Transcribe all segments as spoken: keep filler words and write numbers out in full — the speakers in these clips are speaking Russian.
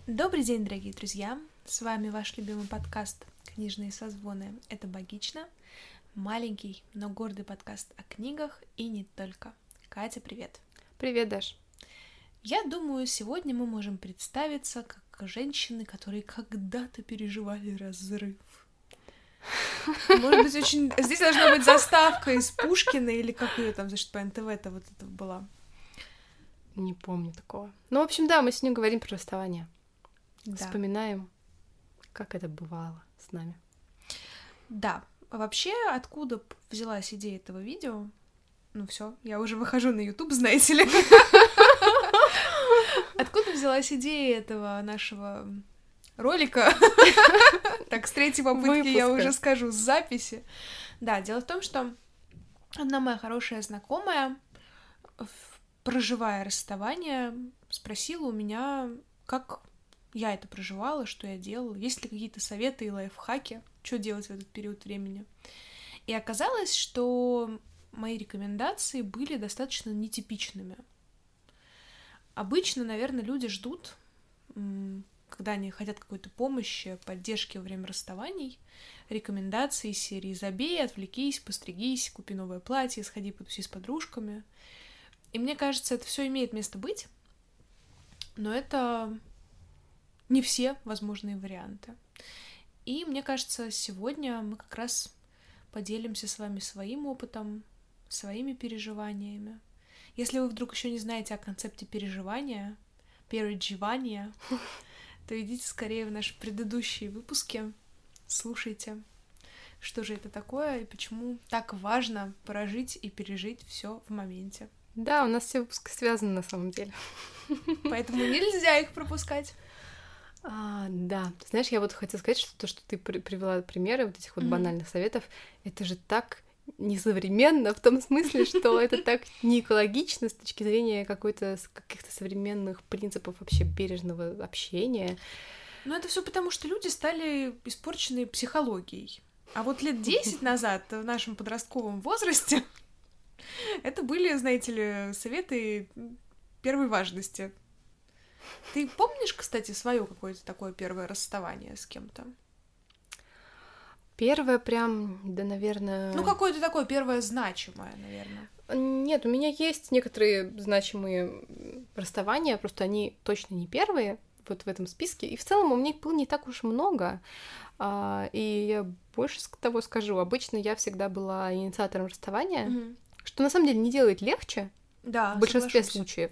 Добрый день, дорогие друзья! С вами ваш любимый подкаст «Книжные созвоны». Это «Богично». Маленький, но гордый подкаст о книгах и не только. Катя, привет! Привет, Даш! Я думаю, сегодня мы можем представиться как женщины, которые когда-то переживали разрыв. Может быть, очень... Здесь должна быть заставка из Пушкина или как ее там, значит, по эн тэ вэ-то вот это была. Не помню такого. Ну, в общем, да, мы сегодня говорим про расставание. Да. Вспоминаем, как это бывало с нами. Да. Вообще, откуда взялась идея этого видео? Ну все, я уже выхожу на YouTube, знаете ли. Откуда взялась идея этого нашего ролика? Так, с третьей попытки я уже скажу, с записи. Да, дело в том, что одна моя хорошая знакомая, проживая расставание, спросила у меня, как я это проживала, что я делала, есть ли какие-то советы и лайфхаки, что делать в этот период времени. И оказалось, что мои рекомендации были достаточно нетипичными. Обычно, наверное, люди ждут, когда они хотят какой-то помощи, поддержки во время расставаний, рекомендации серии «Забей, отвлекись, постригись, купи новое платье, сходи потуси с подружками». И мне кажется, это все имеет место быть, но это не все возможные варианты. И мне кажется, сегодня мы как раз поделимся с вами своим опытом, своими переживаниями. Если вы вдруг еще не знаете о концепте переживания, переживания, то идите скорее в наши предыдущие выпуски, слушайте, что же это такое и почему так важно прожить и пережить все в моменте. Да, у нас все выпуски связаны на самом деле. Поэтому нельзя их пропускать. А, да, знаешь, я вот хотела сказать, что то, что ты при- привела примеры вот этих вот mm-hmm. банальных советов, это же так несовременно, в том смысле, что это так не экологично с точки зрения какой-то каких-то современных принципов вообще бережного общения. Ну, это все потому, что люди стали испорчены психологией. А вот лет десять назад, в нашем подростковом возрасте, это были, знаете ли, советы первой важности. Ты помнишь, кстати, свое какое-то такое первое расставание с кем-то? Первое прям, да, наверное... Ну, какое-то такое первое значимое, наверное. Нет, у меня есть некоторые значимые расставания, просто они точно не первые вот в этом списке. И в целом у меня их было не так уж много. И я больше того скажу. Обычно я всегда была инициатором расставания, mm-hmm. что на самом деле не делает легче, да, в большинстве соглашусь. случаев.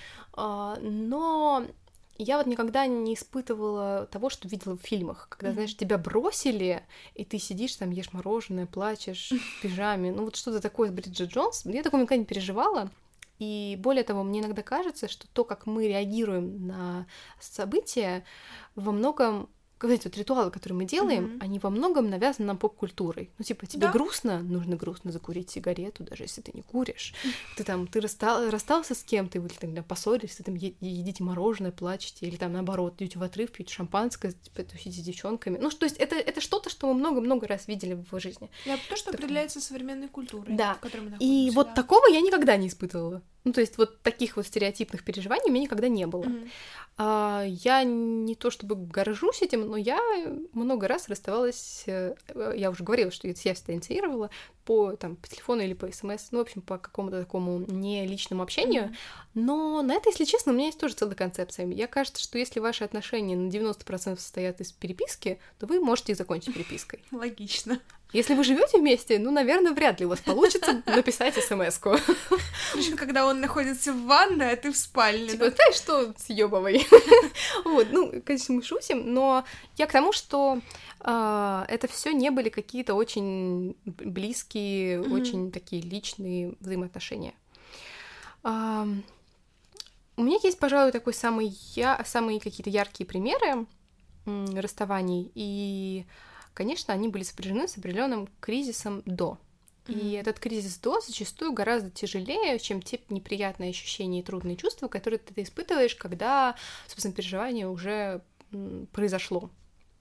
Но я вот никогда не испытывала того, что видела в фильмах, когда, mm-hmm. знаешь, тебя бросили, и ты сидишь там, ешь мороженое, плачешь в пижаме. Ну вот что-то такое с Бриджит Джонс. Я такого никогда не переживала. И более того, мне иногда кажется, что то, как мы реагируем на события, во многом... Эти вот ритуалы, которые мы делаем, mm-hmm. они во многом навязаны нам поп-культурой. Ну, типа, тебе да. грустно, нужно грустно закурить сигарету, даже если ты не куришь. Ты там, ты расстал, расстался с кем-то, вы тогда поссорились, ты там е- едите мороженое, плачете, или там, наоборот, идете в отрыв, пьете шампанское, типа, тусите с девчонками. Ну, то есть это, это что-то, что мы много-много раз видели в жизни. Да, то, что так... определяется современной культурой, да. в которой мы находимся. И вот да. такого я никогда не испытывала. Ну, то есть вот таких вот стереотипных переживаний у меня никогда не было. Mm-hmm. А, я не то чтобы горжусь этим, но я много раз расставалась, я уже говорила, что я всегда инициировала по, там, по телефону или по смс, ну, в общем, по какому-то такому не личному общению, mm-hmm. но на это, если честно, у меня есть тоже целая концепция. Мне кажется, что если ваши отношения на девяносто процентов состоят из переписки, то вы можете их закончить перепиской. Логично. Если вы живете вместе, ну, наверное, вряд ли у вас получится написать смс-ку. Причем, когда он находится в ванной, а ты в спальне. Типа, да? знаешь, что съёбывай. Вот, ну, конечно, мы шутим, но я к тому, что э, это все не были какие-то очень близкие, mm-hmm. очень такие личные взаимоотношения. Э, у меня есть, пожалуй, такой самый я... самые какие-то яркие примеры м, расставаний, и, конечно, они были сопряжены с определенным кризисом до. И mm-hmm. этот кризис до зачастую гораздо тяжелее, чем те неприятные ощущения и трудные чувства, которые ты испытываешь, когда, собственно, переживание уже м, произошло.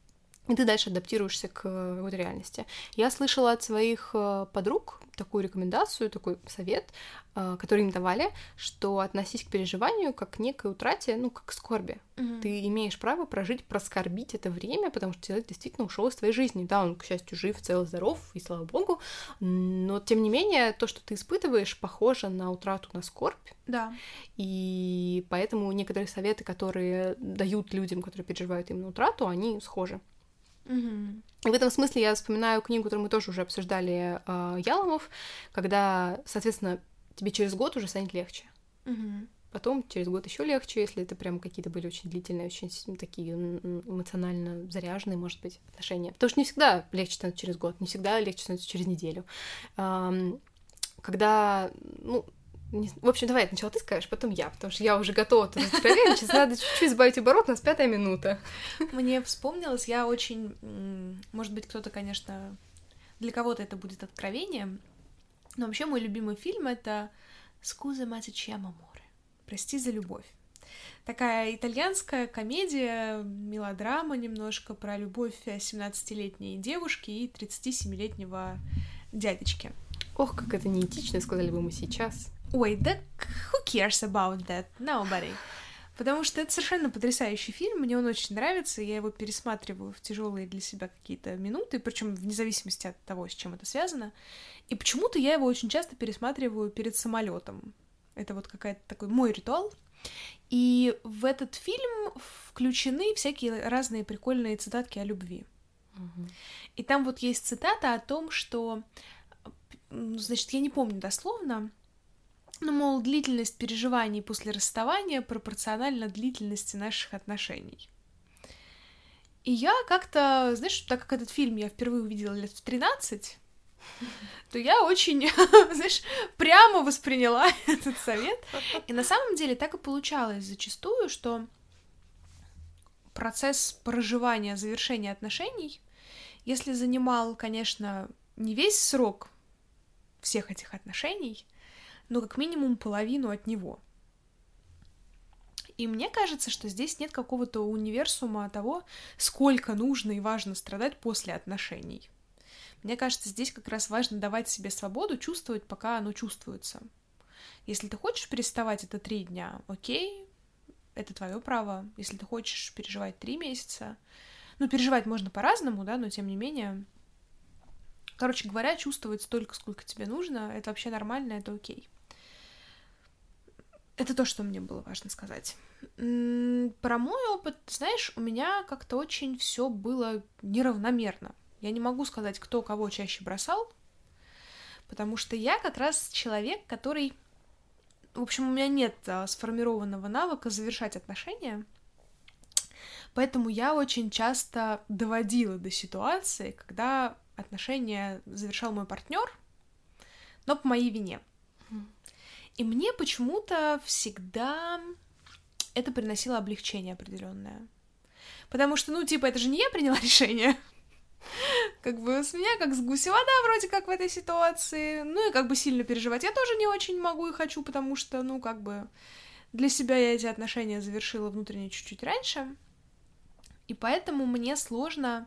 и ты дальше адаптируешься к какой-то реальности. Я слышала от своих подруг такую рекомендацию, такой совет, который им давали, что относись к переживанию как к некой утрате, ну, как к скорби. Mm-hmm. Ты имеешь право прожить, проскорбить это время, потому что человек действительно ушел из твоей жизни. Да, он, к счастью, жив, цел, здоров, и слава богу, но, тем не менее, то, что ты испытываешь, похоже на утрату, на скорбь. Да. И поэтому некоторые советы, которые дают людям, которые переживают именно утрату, они схожи. Mm-hmm. И в этом смысле я вспоминаю книгу, которую мы тоже уже обсуждали, э, Яломов, когда, соответственно, тебе через год уже станет легче. Mm-hmm. Потом через год еще легче, если это прям какие-то были очень длительные, очень такие эмоционально заряженные, может быть, отношения. Потому что не всегда легче становится через год, не всегда легче становится через неделю. Эм, когда, ну, не... в общем, давай сначала ты скажешь, потом я, потому что я уже готова тут проверить, сейчас надо чуть-чуть сбавить оборот, у нас пятая минута. Мне вспомнилось, я очень, может быть, кто-то, конечно, для кого-то это будет откровением, но вообще мой любимый фильм — это «Скуза ма ти чи амore», «Прости за любовь». Такая итальянская комедия, мелодрама немножко про любовь семнадцатилетней девушки и тридцатисемилетнего дядечки. Ох, как это неэтично, сказали бы мы сейчас. Ой, да who cares about that? Nobody. Потому что это совершенно потрясающий фильм, мне он очень нравится, я его пересматриваю в тяжелые для себя какие-то минуты, причем вне зависимости от того, с чем это связано. И почему-то я его очень часто пересматриваю перед самолетом. Это вот какой-то такой мой ритуал. И в этот фильм включены всякие разные прикольные цитатки о любви. Mm-hmm. И там вот есть цитата о том, что, значит, я не помню дословно, но, мол, длительность переживаний после расставания пропорциональна длительности наших отношений. И я как-то, знаешь, так как этот фильм я впервые увидела лет в тринадцать, то я очень, знаешь, прямо восприняла этот совет. И на самом деле так и получалось зачастую, что процесс проживания, завершения отношений, если занимал, конечно, не весь срок всех этих отношений, но как минимум половину от него. И мне кажется, что здесь нет какого-то универсума того, сколько нужно и важно страдать после отношений. Мне кажется, здесь как раз важно давать себе свободу чувствовать, пока оно чувствуется. Если ты хочешь переставать это три дня, окей, это твое право. Если ты хочешь переживать три месяца, ну, переживать можно по-разному, да, но тем не менее... Короче говоря, чувствовать столько, сколько тебе нужно, это вообще нормально, это окей. Это то, что мне было важно сказать. Про мой опыт, знаешь, у меня как-то очень все было неравномерно. Я не могу сказать, кто кого чаще бросал, потому что я как раз человек, который... В общем, у меня нет а, сформированного навыка завершать отношения, поэтому я очень часто доводила до ситуации, когда отношения завершал мой партнер, но по моей вине. И мне почему-то всегда это приносило облегчение определенное. Потому что, ну, типа, это же не я приняла решение. Как бы с меня как с гуся вода вроде как в этой ситуации. Ну и как бы сильно переживать я тоже не очень могу и хочу, потому что, ну, как бы для себя я эти отношения завершила внутренне чуть-чуть раньше. И поэтому мне сложно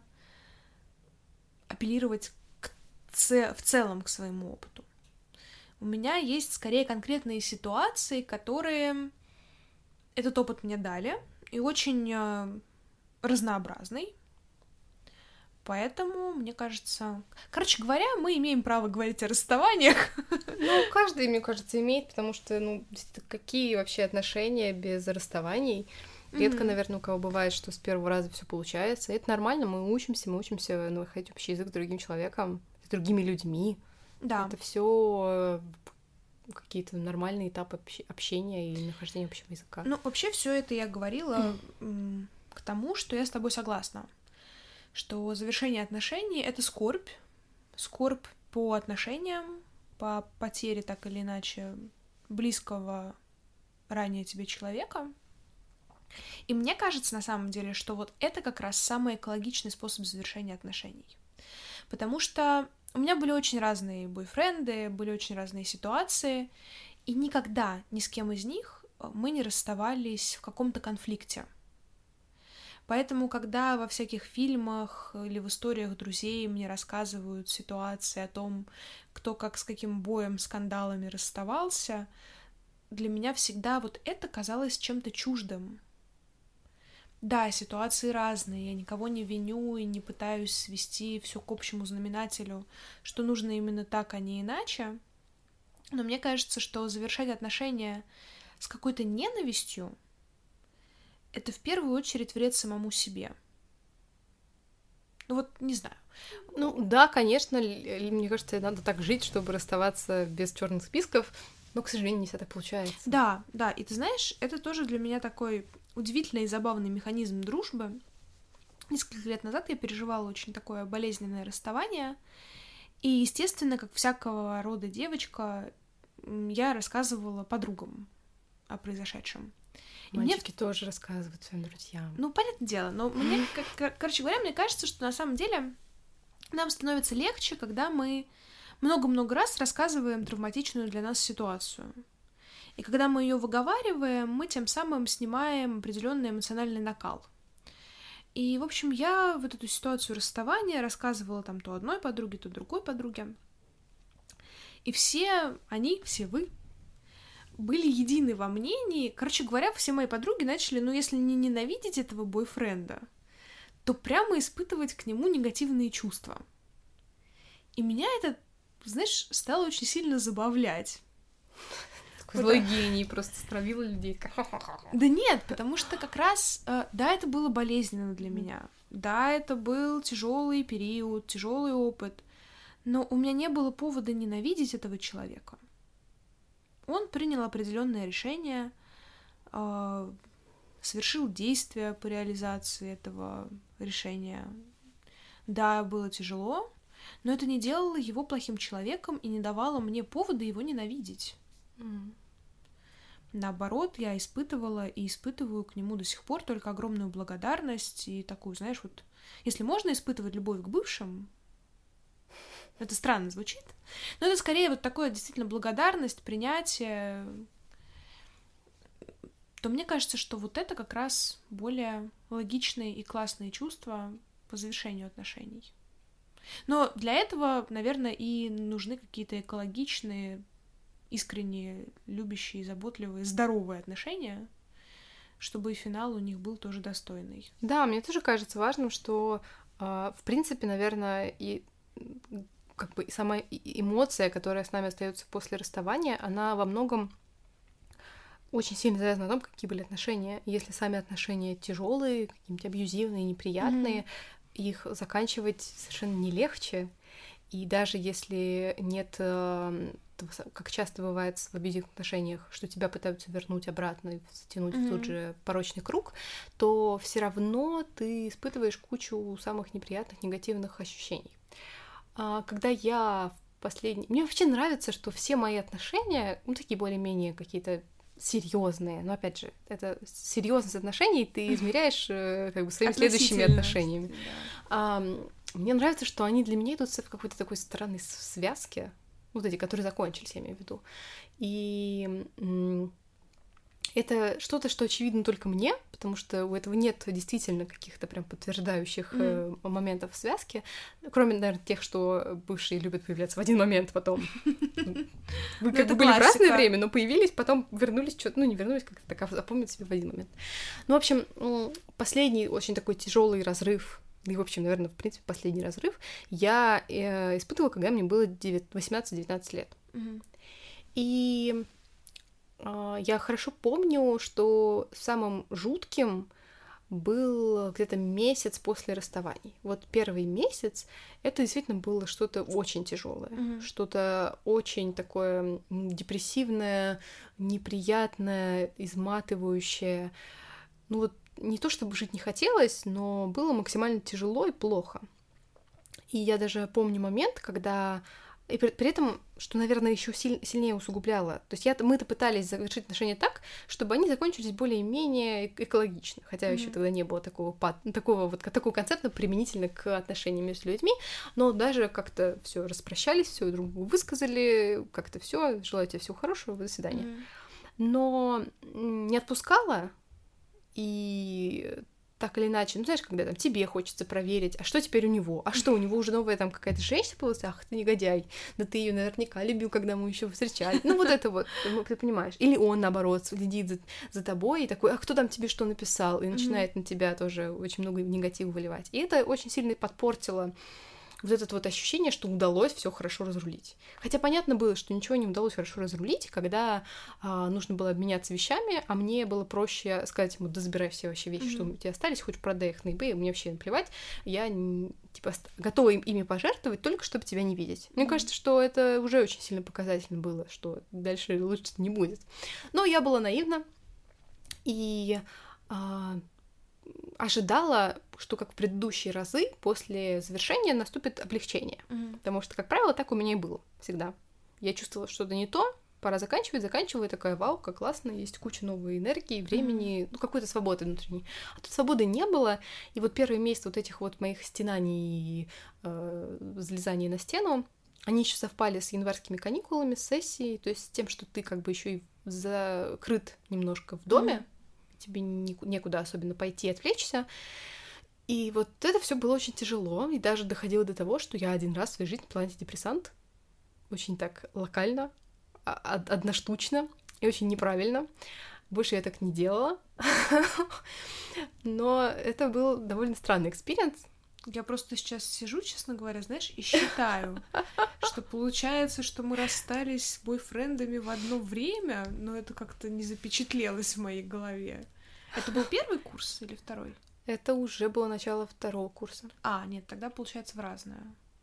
апеллировать к ц... в целом к своему опыту. У меня есть скорее конкретные ситуации, которые этот опыт мне дали, и очень э, разнообразный. Поэтому, мне кажется... Короче говоря, мы имеем право говорить о расставаниях. Ну, каждый, мне кажется, имеет, потому что, ну, какие вообще отношения без расставаний? Редко, mm-hmm. наверное, у кого бывает, что с первого раза все получается. И это нормально, мы учимся, мы учимся находить общий язык с другим человеком, с другими людьми. Да. Это все какие-то нормальные этапы общения и нахождения общего языка. Ну, вообще, все это я говорила mm. к тому, что я с тобой согласна. Что завершение отношений — это скорбь, скорбь по отношениям, по потере так или иначе близкого ранее тебе человека. И мне кажется, на самом деле, что вот это как раз самый экологичный способ завершения отношений. Потому что у меня были очень разные бойфренды, были очень разные ситуации, и никогда ни с кем из них мы не расставались в каком-то конфликте. Поэтому, когда во всяких фильмах или в историях друзей мне рассказывают ситуации о том, кто как с каким боем, скандалами расставался, для меня всегда вот это казалось чем-то чуждым. Да, ситуации разные, я никого не виню и не пытаюсь свести все к общему знаменателю, что нужно именно так, а не иначе. Но мне кажется, что завершать отношения с какой-то ненавистью — это в первую очередь вред самому себе. Ну вот, не знаю. Ну да, конечно, мне кажется, надо так жить, чтобы расставаться без черных списков, но, к сожалению, не всегда так получается. Да, да, и ты знаешь, это тоже для меня такой удивительный и забавный механизм дружбы. Несколько лет назад я переживала очень такое болезненное расставание, и, естественно, как всякого рода девочка, я рассказывала подругам о произошедшем. И Мальчики мне... тоже рассказывают своим друзьям. Ну, понятное дело, но мне, как, короче говоря, мне кажется, что на самом деле нам становится легче, когда мы много-много раз рассказываем травматичную для нас ситуацию. И когда мы ее выговариваем, мы тем самым снимаем определенный эмоциональный накал. И, в общем, я вот эту ситуацию расставания рассказывала там то одной подруге, то другой подруге. И все они, все вы, были едины во мнении. Короче говоря, все мои подруги начали, ну, если не ненавидеть этого бойфренда, то прямо испытывать к нему негативные чувства. И меня это, знаешь, стало очень сильно забавлять. Такой злой гений, просто стравил людей. Да нет, потому что как раз, да, это было болезненно для меня. Да, это был тяжелый период, тяжелый опыт. Но у меня не было повода ненавидеть этого человека. Он принял определенное решение, совершил действия по реализации этого решения. Да, было тяжело, но это не делало его плохим человеком и не давало мне повода его ненавидеть. Mm. Наоборот, я испытывала и испытываю к нему до сих пор только огромную благодарность и такую, знаешь, вот, если можно испытывать любовь к бывшим, это странно звучит, но это скорее вот такое действительно благодарность, принятие, то мне кажется, что вот это как раз более логичные и классные чувства по завершению отношений. Но для этого, наверное, и нужны какие-то экологичные, искренние, любящие, заботливые, здоровые отношения, чтобы и финал у них был тоже достойный. Да, мне тоже кажется важным, что, в принципе, наверное, и как бы сама эмоция, которая с нами остается после расставания, она во многом очень сильно завязана на том, какие были отношения. Если сами отношения тяжелые, какие-нибудь абьюзивные, неприятные, mm-hmm. их заканчивать совершенно не легче. И даже если нет, как часто бывает в абьюзивных отношениях, что тебя пытаются вернуть обратно и затянуть mm-hmm. в тот же порочный круг, то все равно ты испытываешь кучу самых неприятных, негативных ощущений. Когда я в последний... Мне вообще нравится, что все мои отношения, ну, такие более-менее какие-то серьезные, но опять же, это серьезность отношений ты измеряешь как бы своими следующими отношениями. Да. А, мне нравится, что они для меня идут в какой-то такой странной связке, вот эти, которые закончились, я имею в виду. И это что-то, что очевидно только мне, потому что у этого нет действительно каких-то прям подтверждающих mm. э, моментов в связке, кроме, наверное, тех, что бывшие любят появляться в один момент, потом вы как бы были в разное время, но появились, потом вернулись, что-то, ну не вернулись, как-то так, запомнят себе в один момент. Ну, в общем, последний очень такой тяжелый разрыв, и, в общем, наверное, в принципе, последний разрыв я э, испытывала, когда мне было восемнадцать-девятнадцать лет. Mm-hmm. И я хорошо помню, что самым жутким был где-то месяц после расставаний. Вот первый месяц это действительно было что-то очень тяжелое, mm-hmm. что-то очень такое депрессивное, неприятное, изматывающее. Ну вот не то чтобы жить не хотелось, но было максимально тяжело и плохо. И я даже помню момент, когда... И при, при этом, что, наверное, еще силь, сильнее усугубляло. То есть я, мы-то пытались завершить отношения так, чтобы они закончились более-менее экологично. Хотя mm-hmm. еще тогда не было такого, такого, вот, такого концепта применительно к отношениям между людьми. Но даже как-то все распрощались, все друг другу высказали, как-то все, желаю тебе всего хорошего, до свидания. Mm-hmm. Но не отпускала, и так или иначе, ну, знаешь, когда там тебе хочется проверить, а что теперь у него? А что, у него уже новая там какая-то женщина появилась? Ах, ты негодяй, да ты ее наверняка любил, когда мы еще встречались. Ну, вот это вот, ты понимаешь. Или он, наоборот, следит за, за тобой и такой, а кто там тебе что написал? И начинает mm-hmm. на тебя тоже очень много негатива выливать. И это очень сильно подпортило вот это вот ощущение, что удалось все хорошо разрулить. Хотя понятно было, что ничего не удалось хорошо разрулить, когда а, нужно было обменяться вещами, а мне было проще сказать ему, да забирай все вообще вещи, mm-hmm. что у тебя остались, хоть продай их на eBay, мне вообще наплевать, я типа готова им, ими пожертвовать, только чтобы тебя не видеть. Mm-hmm. Мне кажется, что это уже очень сильно показательно было, что дальше лучше не будет. Но я была наивна и... А, ожидала, что как в предыдущие разы после завершения наступит облегчение. Mm-hmm. Потому что, как правило, так у меня и было всегда. Я чувствовала, что-то не то, пора заканчивать, заканчиваю, такая, вау, как классно, есть куча новой энергии, времени, mm-hmm. ну, какой-то свободы внутренней. А тут свободы не было, и вот первый месяц вот этих вот моих стенаний и э, залезаний на стену, они еще совпали с январскими каникулами, с сессией, то есть с тем, что ты как бы еще и закрыт немножко в доме, mm-hmm. тебе некуда особенно пойти отвлечься. И вот это все было очень тяжело, и даже доходило до того, что я один раз в своей жизни пила антидепрессант, очень так локально, одноштучно и очень неправильно. Больше я так не делала. Но это был довольно странный экспириенс. Я просто сейчас сижу, честно говоря, знаешь, и считаю, что получается, что мы расстались с бойфрендами в одно время, но это как-то не запечатлелось в моей голове. Это был первый курс или второй? Это уже было начало второго курса. А, нет, тогда, получается, в разное.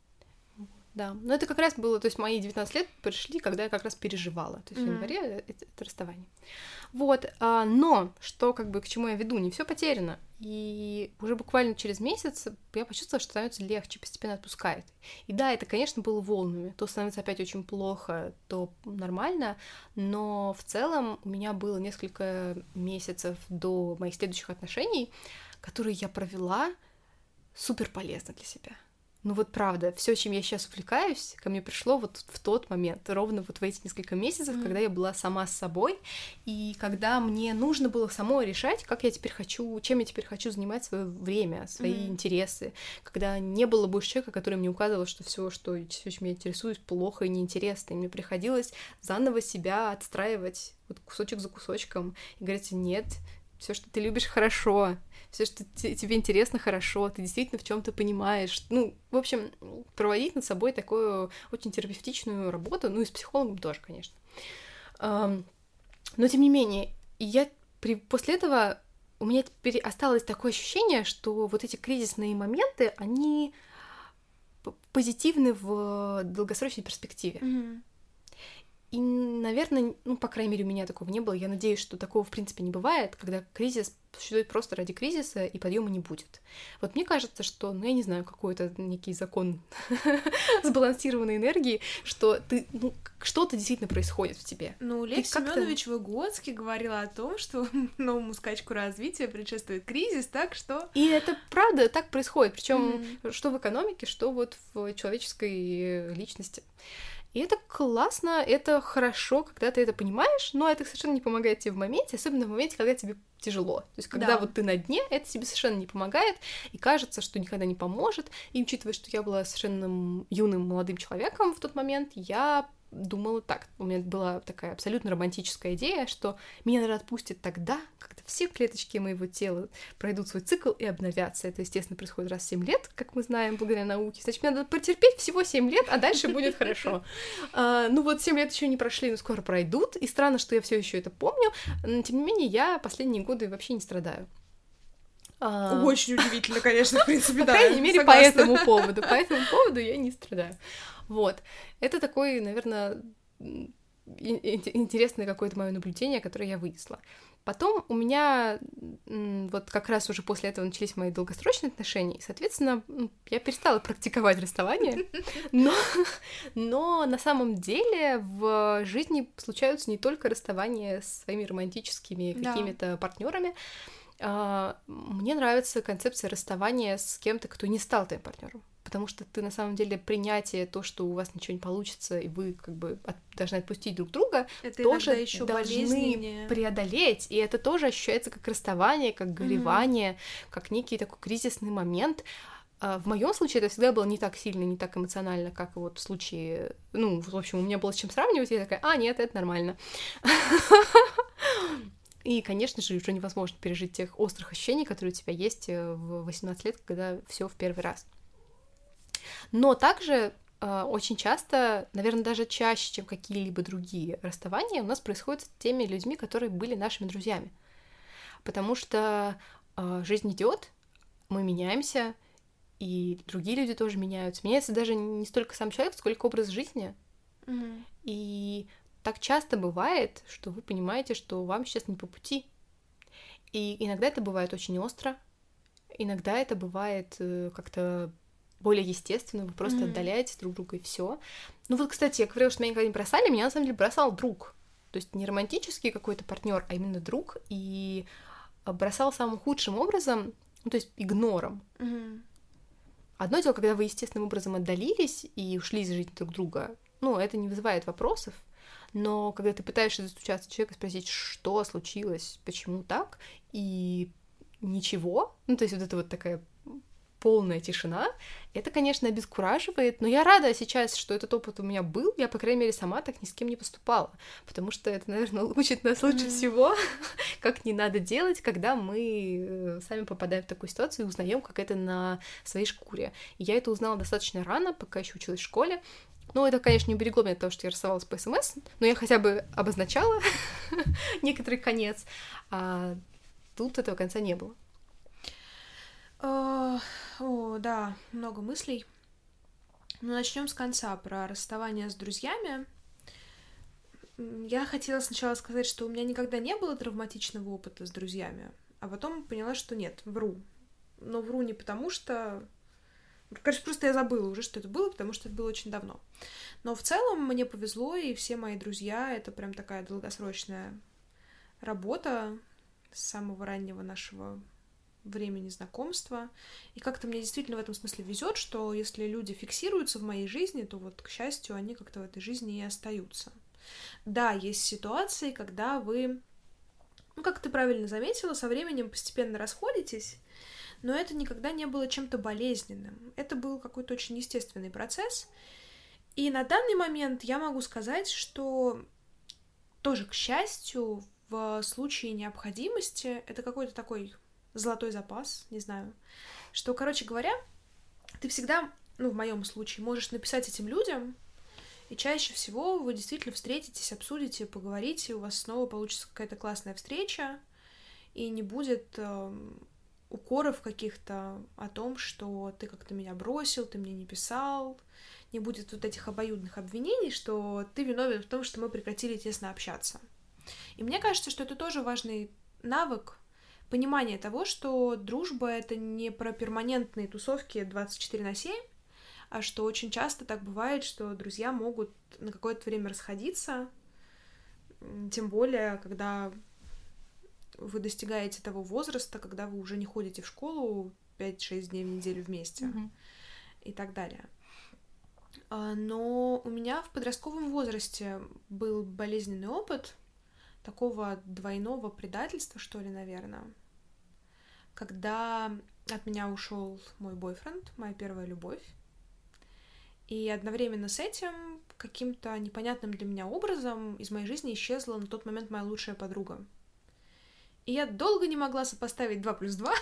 Да, но это как раз было, то есть мои девятнадцать лет пришли, когда я как раз переживала, то есть mm-hmm. в январе это, это расставание. Вот, а, но что, как бы, к чему я веду, не все потеряно, и уже буквально через месяц я почувствовала, что становится легче, постепенно отпускает. И да, это, конечно, было волнами, то становится опять очень плохо, то нормально, но в целом у меня было несколько месяцев до моих следующих отношений, которые я провела супер полезно для себя. Ну вот правда, все, чем я сейчас увлекаюсь, ко мне пришло вот в тот момент, ровно вот в эти несколько месяцев, mm-hmm. когда я была сама с собой, и когда мне нужно было самой решать, как я теперь хочу, чем я теперь хочу занимать свое время, свои mm-hmm. интересы, когда не было больше человека, который мне указывал, что все, что всё, чем я интересуюсь, плохо и неинтересно, и мне приходилось заново себя отстраивать вот кусочек за кусочком и говорить: нет, все, что ты любишь, хорошо, все, что т- тебе интересно, хорошо, ты действительно в чем-то понимаешь. Ну, в общем, проводить над собой такую очень терапевтичную работу, ну и с психологом тоже, конечно. Um, но, тем не менее, я при... после этого у меня теперь осталось такое ощущение, что вот эти кризисные моменты, они п- позитивны в долгосрочной перспективе. Mm-hmm. И, наверное, ну, по крайней мере, у меня такого не было. Я надеюсь, что такого, в принципе, не бывает, когда кризис существует просто ради кризиса, и подъема не будет. Вот мне кажется, что, ну, я не знаю, какой-то некий закон сбалансированной энергии, что ты, ну, что-то действительно происходит в тебе. Ну, Лев Семёнович Выгодский говорила о том, что новому скачку развития предшествует кризис, так что... И это правда так происходит, причем mm-hmm. что в экономике, что вот в человеческой личности. И это классно, это хорошо, когда ты это понимаешь, но это совершенно не помогает тебе в моменте, особенно в моменте, когда тебе тяжело. То есть, когда да. вот ты на дне, это тебе совершенно не помогает, и кажется, что никогда не поможет. И учитывая, что я была совершенно юным молодым человеком в тот момент, я думала так. У меня была такая абсолютно романтическая идея, что меня, наверное, отпустят тогда, когда все клеточки моего тела пройдут свой цикл и обновятся. Это, естественно, происходит раз в семь лет, как мы знаем, благодаря науке. Значит, мне надо потерпеть всего семь лет, а дальше будет хорошо. А, ну вот семь лет еще не прошли, но скоро пройдут. И странно, что я все еще это помню. Но, тем не менее, я последние годы вообще не страдаю. Очень удивительно, конечно, в принципе, да. По крайней мере, по этому поводу. По этому поводу я не страдаю. Вот. Это такое, наверное, интересное какое-то мое наблюдение, которое я вынесла. Потом у меня вот как раз уже после этого начались мои долгосрочные отношения, и, соответственно, я перестала практиковать расставание, но, но на самом деле в жизни случаются не только расставания с своими романтическими какими-то да. партнерами. Мне нравится концепция расставания с кем-то, кто не стал твоим партнером. потому что ты на самом деле принятие, то, что у вас ничего не получится, и вы как бы от, должны отпустить друг друга, это тоже еще должны преодолеть, и это тоже ощущается как расставание, как горевание, mm-hmm. как некий такой кризисный момент. В моем случае это всегда было не так сильно, не так эмоционально, как вот в случае... Ну, в общем, у меня было с чем сравнивать, и я такая, а, нет, это нормально. И, конечно же, уже невозможно пережить тех острых ощущений, которые у тебя есть в восемнадцать лет, когда все в первый раз. Но также очень часто, наверное, даже чаще, чем какие-либо другие расставания, у нас происходит с теми людьми, которые были нашими друзьями. Потому что жизнь идет, мы меняемся, и другие люди тоже меняются. Меняется даже не столько сам человек, сколько образ жизни. Mm-hmm. И так часто бывает, что вы понимаете, что вам сейчас не по пути. И иногда это бывает очень остро, иногда это бывает как-то более естественно, вы просто mm-hmm. отдаляетесь друг друга, и все. Ну вот, кстати, я говорила, что меня никогда не бросали, меня на самом деле бросал друг. То есть не романтический какой-то партнер, а именно друг. И бросал самым худшим образом, ну то есть игнором. Mm-hmm. Одно дело, когда вы естественным образом отдалились и ушли из жизни друг друга, ну, это не вызывает вопросов, но когда ты пытаешься достучаться до человека, спросить, что случилось, почему так, и ничего, ну, то есть вот это вот такая полная тишина, это, конечно, обескураживает, но я рада сейчас, что этот опыт у меня был, я, по крайней мере, сама так ни с кем не поступала, потому что это, наверное, учит нас лучше mm-hmm. всего, как не надо делать, когда мы сами попадаем в такую ситуацию и узнаем, как это на своей шкуре. И я это узнала достаточно рано, пока еще училась в школе. Ну, это, конечно, не уберегло меня от того, что я расставалась по СМС, но я хотя бы обозначала некоторый конец, а тут этого конца не было. О, о, да, много мыслей. Ну, начнем с конца, про расставание с друзьями. Я хотела сначала сказать, что у меня никогда не было травматичного опыта с друзьями, а потом поняла, что нет, вру. Но вру не потому, что... Короче, просто я забыла уже, что это было, потому что это было очень давно. Но в целом мне повезло, и все мои друзья — это прям такая долгосрочная работа с самого раннего нашего времени знакомства. И как-то мне действительно в этом смысле везет, что если люди фиксируются в моей жизни, то вот, к счастью, они как-то в этой жизни и остаются. Да, есть ситуации, когда вы, ну, как ты правильно заметила, со временем постепенно расходитесь, но это никогда не было чем-то болезненным. Это был какой-то очень естественный процесс. И на данный момент я могу сказать, что тоже, к счастью, в случае необходимости это какой-то такой золотой запас, не знаю, что, короче говоря, ты всегда, ну, в моем случае, можешь написать этим людям, и чаще всего вы действительно встретитесь, обсудите, поговорите, у вас снова получится какая-то классная встреча, и не будет э, укоров каких-то о том, что ты как-то меня бросил, ты мне не писал, не будет вот этих обоюдных обвинений, что ты виновен в том, что мы прекратили тесно общаться. И мне кажется, что это тоже важный навык, понимание того, что дружба — это не про перманентные тусовки двадцать четыре на семь, а что очень часто так бывает, что друзья могут на какое-то время расходиться, тем более, когда вы достигаете того возраста, когда вы уже не ходите в школу пять-шесть дней в неделю вместе mm-hmm. и так далее. Но у меня в подростковом возрасте был болезненный опыт такого двойного предательства, что ли, наверное, когда от меня ушел мой бойфренд, моя первая любовь, и одновременно с этим каким-то непонятным для меня образом из моей жизни исчезла на тот момент моя лучшая подруга. И я долго не могла сопоставить два плюс два,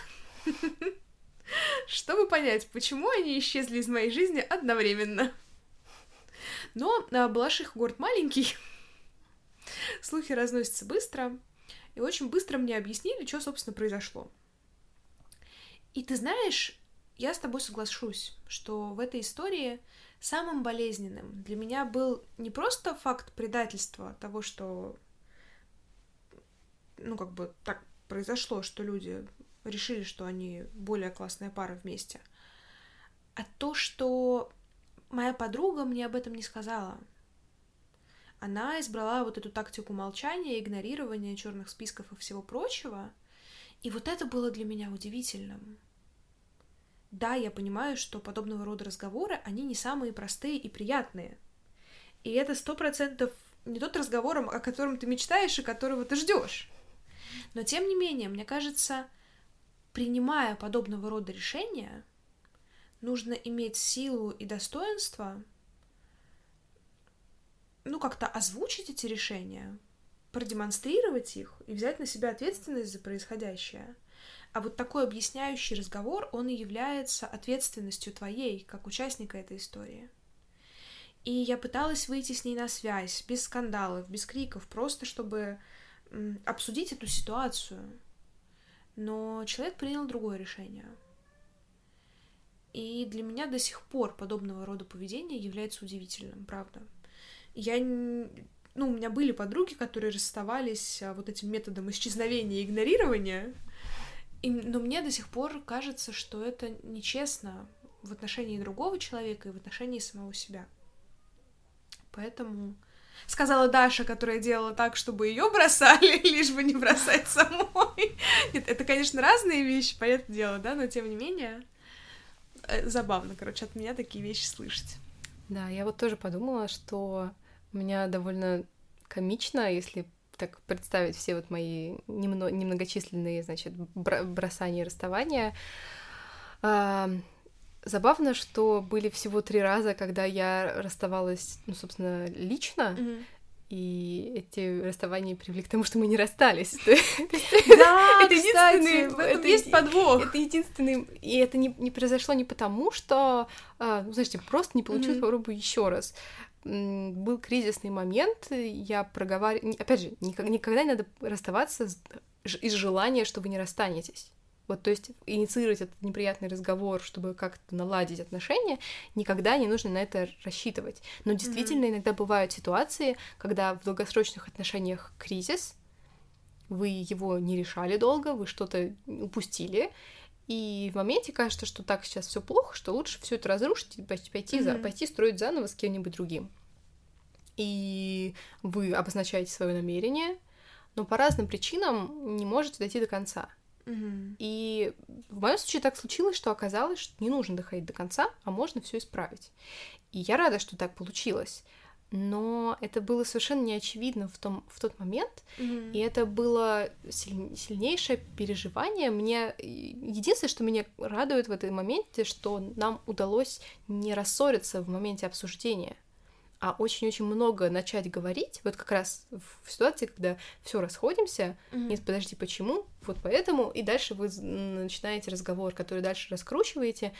чтобы понять, почему они исчезли из моей жизни одновременно. Но Балашиха город маленький, слухи разносятся быстро, и очень быстро мне объяснили, что, собственно, произошло. И ты знаешь, я с тобой соглашусь, что в этой истории самым болезненным для меня был не просто факт предательства, того, что, ну, как бы так произошло, что люди решили, что они более классная пара вместе, а то, что моя подруга мне об этом не сказала. Она избрала вот эту тактику молчания, игнорирования черных списков и всего прочего, и вот это было для меня удивительным. да, я понимаю, что подобного рода разговоры, они не самые простые и приятные. И это сто процентов не тот разговор, о котором ты мечтаешь и которого ты ждешь. Но, тем не менее, мне кажется, принимая подобного рода решения, нужно иметь силу и достоинство, ну, как-то озвучить эти решения, продемонстрировать их и взять на себя ответственность за происходящее. А вот такой объясняющий разговор, он и является ответственностью твоей, как участника этой истории. И я пыталась выйти с ней на связь, без скандалов, без криков, просто чтобы м, обсудить эту ситуацию. Но человек принял другое решение. И для меня до сих пор подобного рода поведение является удивительным, правда. Я, ну, у меня были подруги, которые расставались вот этим методом исчезновения и игнорирования, и, но мне до сих пор кажется, что это нечестно в отношении другого человека и в отношении самого себя. Поэтому сказала Даша, которая делала так, чтобы ее бросали, лишь бы не бросать самой. Нет, это, конечно, разные вещи, понятное дело, да, но тем не менее забавно, короче, от меня такие вещи слышать. Да, я вот тоже подумала, что у меня довольно комично, если так представить все вот мои немно, немногочисленные, значит, бросания и расставания. А, забавно, что были всего три раза, когда я расставалась, ну, собственно, лично, mm-hmm. и эти расставания привели к тому, что мы не расстались. Да, кстати, в этом есть подвох. Это единственный, и это не произошло не потому, что, ну, знаете, просто не получилось, попробую еще раз. Был кризисный момент, я проговаривала... Опять же, никогда не надо расставаться из желания, что вы не расстанетесь. Вот, то есть инициировать этот неприятный разговор, чтобы как-то наладить отношения, никогда не нужно на это рассчитывать. Но действительно, mm-hmm. иногда бывают ситуации, когда в долгосрочных отношениях кризис, вы его не решали долго, вы что-то упустили, и в моменте кажется, что так сейчас все плохо, что лучше все это разрушить и пойти, mm-hmm. за, пойти строить заново с кем-нибудь другим. И вы обозначаете свое намерение, но по разным причинам не можете дойти до конца. Mm-hmm. И в моем случае так случилось, что оказалось, что не нужно доходить до конца, а можно все исправить. И я рада, что так получилось. Но это было совершенно неочевидно в, том, в тот момент, mm-hmm. и это было силь, сильнейшее переживание. Мне единственное, что меня радует в этом моменте, что нам удалось не рассориться в моменте обсуждения, а очень-очень много начать говорить, вот как раз в ситуации, когда все расходимся, mm-hmm. нет, подожди, почему, вот поэтому, и дальше вы начинаете разговор, который дальше раскручиваете,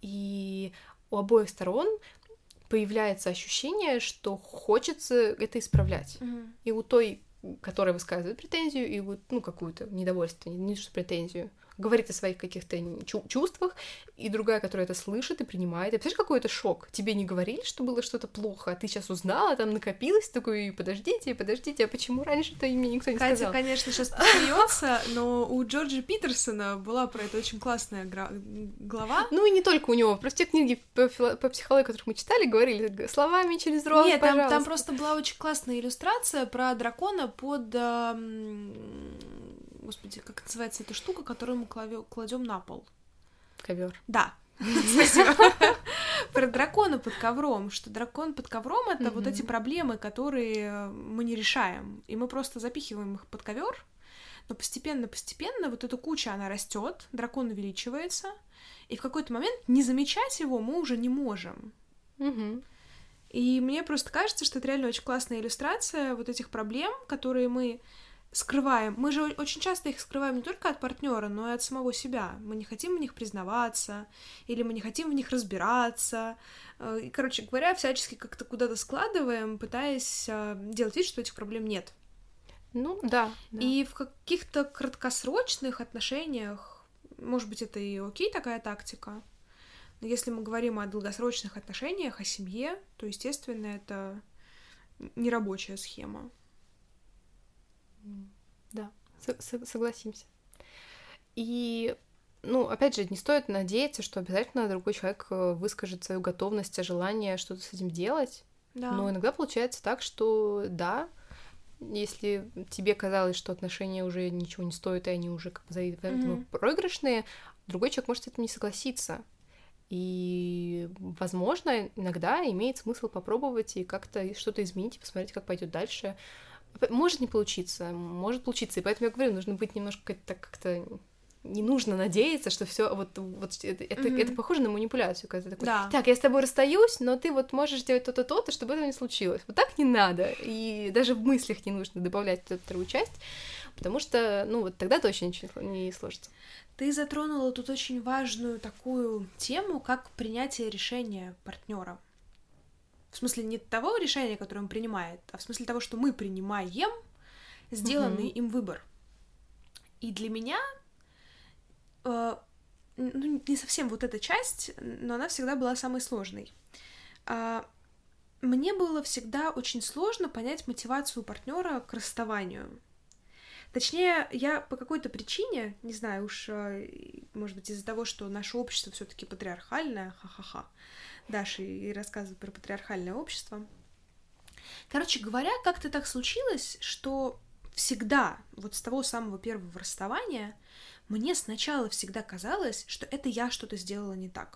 и у обоих сторон появляется ощущение, что хочется это исправлять. Mm-hmm. И у той, которая высказывает претензию, и вот, ну, какую-то недовольство, не что претензию, говорит о своих каких-то чу- чувствах, и другая, которая это слышит и принимает. И представляешь, какой это шок? Тебе не говорили, что было что-то плохо, а ты сейчас узнала, там накопилось такое, подождите, подождите, а почему раньше-то мне никто не Катя, сказал? Катя, конечно, сейчас посмеется, но у Джорджа Питерсона была про это очень классная гра- глава. Ну и не только у него, просто те книги по, фило- по психологии, которых мы читали, говорили словами через рот, Нет, пожалуйста. Там, там просто была очень классная иллюстрация про дракона под... Эм... Господи, как называется эта штука, которую мы кладем на пол? Ковер. Да. Спасибо. Про дракона под ковром, что дракон под ковром — это mm-hmm. вот эти проблемы, которые мы не решаем, и мы просто запихиваем их под ковер, но постепенно-постепенно вот эта куча, она растет, дракон увеличивается, и в какой-то момент не замечать его мы уже не можем. Mm-hmm. И мне просто кажется, что это реально очень классная иллюстрация вот этих проблем, которые мы скрываем. Мы же очень часто их скрываем не только от партнера, но и от самого себя. Мы не хотим в них признаваться, или мы не хотим в них разбираться. И, короче говоря, всячески как-то куда-то складываем, пытаясь делать вид, что этих проблем нет. Ну, да. да. И в каких-то краткосрочных отношениях, может быть, это и окей, такая тактика, но если мы говорим о долгосрочных отношениях, о семье, то, естественно, это нерабочая схема. Да, с- согласимся. И, ну, опять же, не стоит надеяться, что обязательно другой человек выскажет свою готовность, желание что-то с этим делать. Да. Но иногда получается так, что да, если тебе казалось, что отношения уже ничего не стоят, и они уже как бы за этим mm-hmm. проигрышные, другой человек может с этим не согласиться. И, возможно, иногда имеет смысл попробовать и как-то что-то изменить, и посмотреть, как пойдет дальше. Может не получиться, может получиться. И поэтому я говорю, нужно быть немножко так как-то... Не нужно надеяться, что все вот, вот это, это, mm-hmm. это похоже на манипуляцию, когда ты такой, да. так, я с тобой расстаюсь, но ты вот можешь сделать то-то, то-то, чтобы этого не случилось. Вот так не надо. И даже в мыслях не нужно добавлять эту вторую часть, потому что, ну, вот тогда точно ничего не сложится. Ты затронула тут очень важную такую тему, как принятие решения партнера. В смысле не того решения, которое он принимает, а в смысле того, что мы принимаем сделанный mm-hmm. им выбор. И для меня, э, ну, не совсем вот эта часть, но она всегда была самой сложной. Э, мне было всегда очень сложно понять мотивацию партнера к расставанию. Точнее, я по какой-то причине, не знаю уж, может быть, из-за того, что наше общество все-таки патриархальное, ха-ха-ха, Даша и рассказывает про патриархальное общество. Короче говоря, как-то так случилось, что всегда, вот с того самого первого расставания, мне сначала всегда казалось, что это я что-то сделала не так.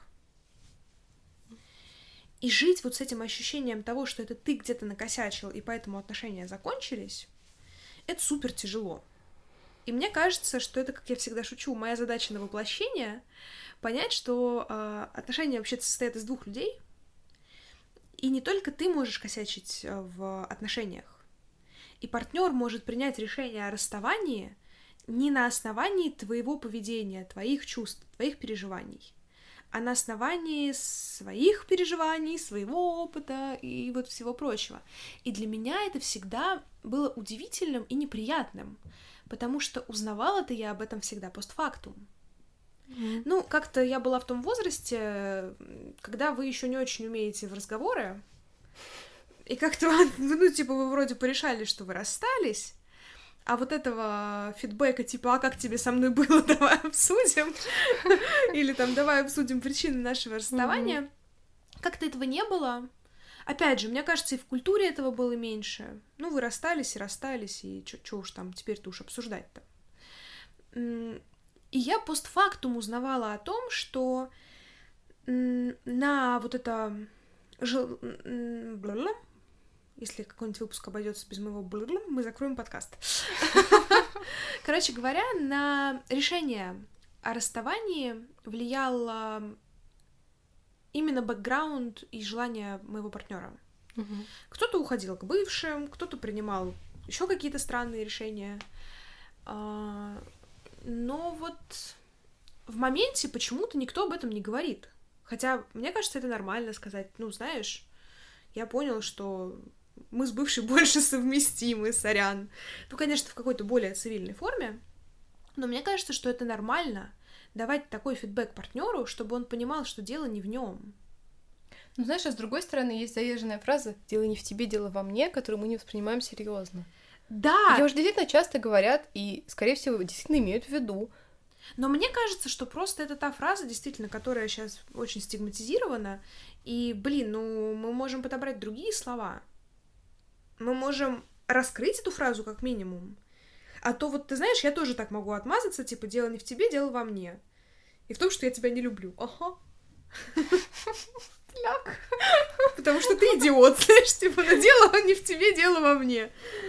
И жить вот с этим ощущением того, что это ты где-то накосячил, и поэтому отношения закончились, это супер тяжело. И мне кажется, что это, как я всегда шучу, моя задача на воплощение — понять, что э, отношения вообще-то состоят из двух людей, и не только ты можешь косячить в отношениях, и партнер может принять решение о расставании не на основании твоего поведения, твоих чувств, твоих переживаний, а на основании своих переживаний, своего опыта и вот всего прочего. И для меня это всегда было удивительным и неприятным, потому что узнавала-то я об этом всегда постфактум. Mm-hmm. Ну, как-то я была в том возрасте, когда вы еще не очень умеете в разговоры, и как-то, ну, типа, вы вроде порешали, что вы расстались, а вот этого фидбэка, типа, а как тебе со мной было, давай обсудим, или там, давай обсудим причины нашего расставания, mm-hmm. как-то этого не было. Опять же, мне кажется, и в культуре этого было меньше. Ну, вы расстались и расстались, и чё уж там теперь-то уж обсуждать-то. И я постфактум узнавала о том, что на вот это... Если какой-нибудь выпуск обойдется без моего блюдла, мы закроем подкаст. Короче говоря, на решение о расставании влиял именно бэкграунд и желание моего партнера. Угу. Кто-то уходил к бывшим, кто-то принимал еще какие-то странные решения. Но вот в моменте почему-то никто об этом не говорит. Хотя, мне кажется, это нормально сказать. Ну, знаешь, я понял, что мы с бывшей больше совместимы, сорян. Ну, конечно, в какой-то более цивильной форме. Но мне кажется, что это нормально давать такой фидбэк партнеру, чтобы он понимал, что дело не в нем. Ну, знаешь, а с другой стороны, есть заезженная фраза «дело не в тебе, дело во мне», которую мы не воспринимаем серьезно. Да! Ее уже действительно часто говорят и, скорее всего, действительно имеют в виду. Но мне кажется, что просто это та фраза, действительно, которая сейчас очень стигматизирована, и, блин, ну, мы можем подобрать другие слова. Мы можем раскрыть эту фразу как минимум. А то вот, ты знаешь, я тоже так могу отмазаться, типа, дело не в тебе, дело во мне. И в том, что я тебя не люблю. Ага. Ляг. Потому что ты идиот, знаешь, типа, но дело не в тебе, дело во мне.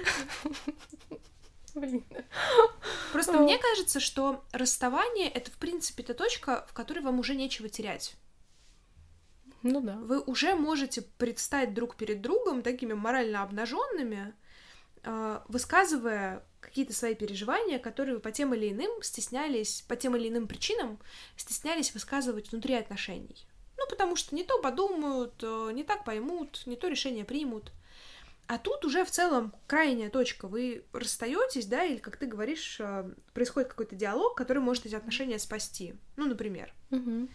Блин. Просто мне кажется, что расставание — это, в принципе, та точка, в которой вам уже нечего терять. Ну да. Вы уже можете предстать друг перед другом такими морально обнаженными, высказывая какие-то свои переживания, которые вы по тем или иным стеснялись, по тем или иным причинам стеснялись высказывать внутри отношений. Ну, потому что не то подумают, не так поймут, не то решение примут. А тут уже в целом крайняя точка. Вы расстаетесь, да, или, как ты говоришь, происходит какой-то диалог, который может эти отношения спасти. Ну, например. Угу.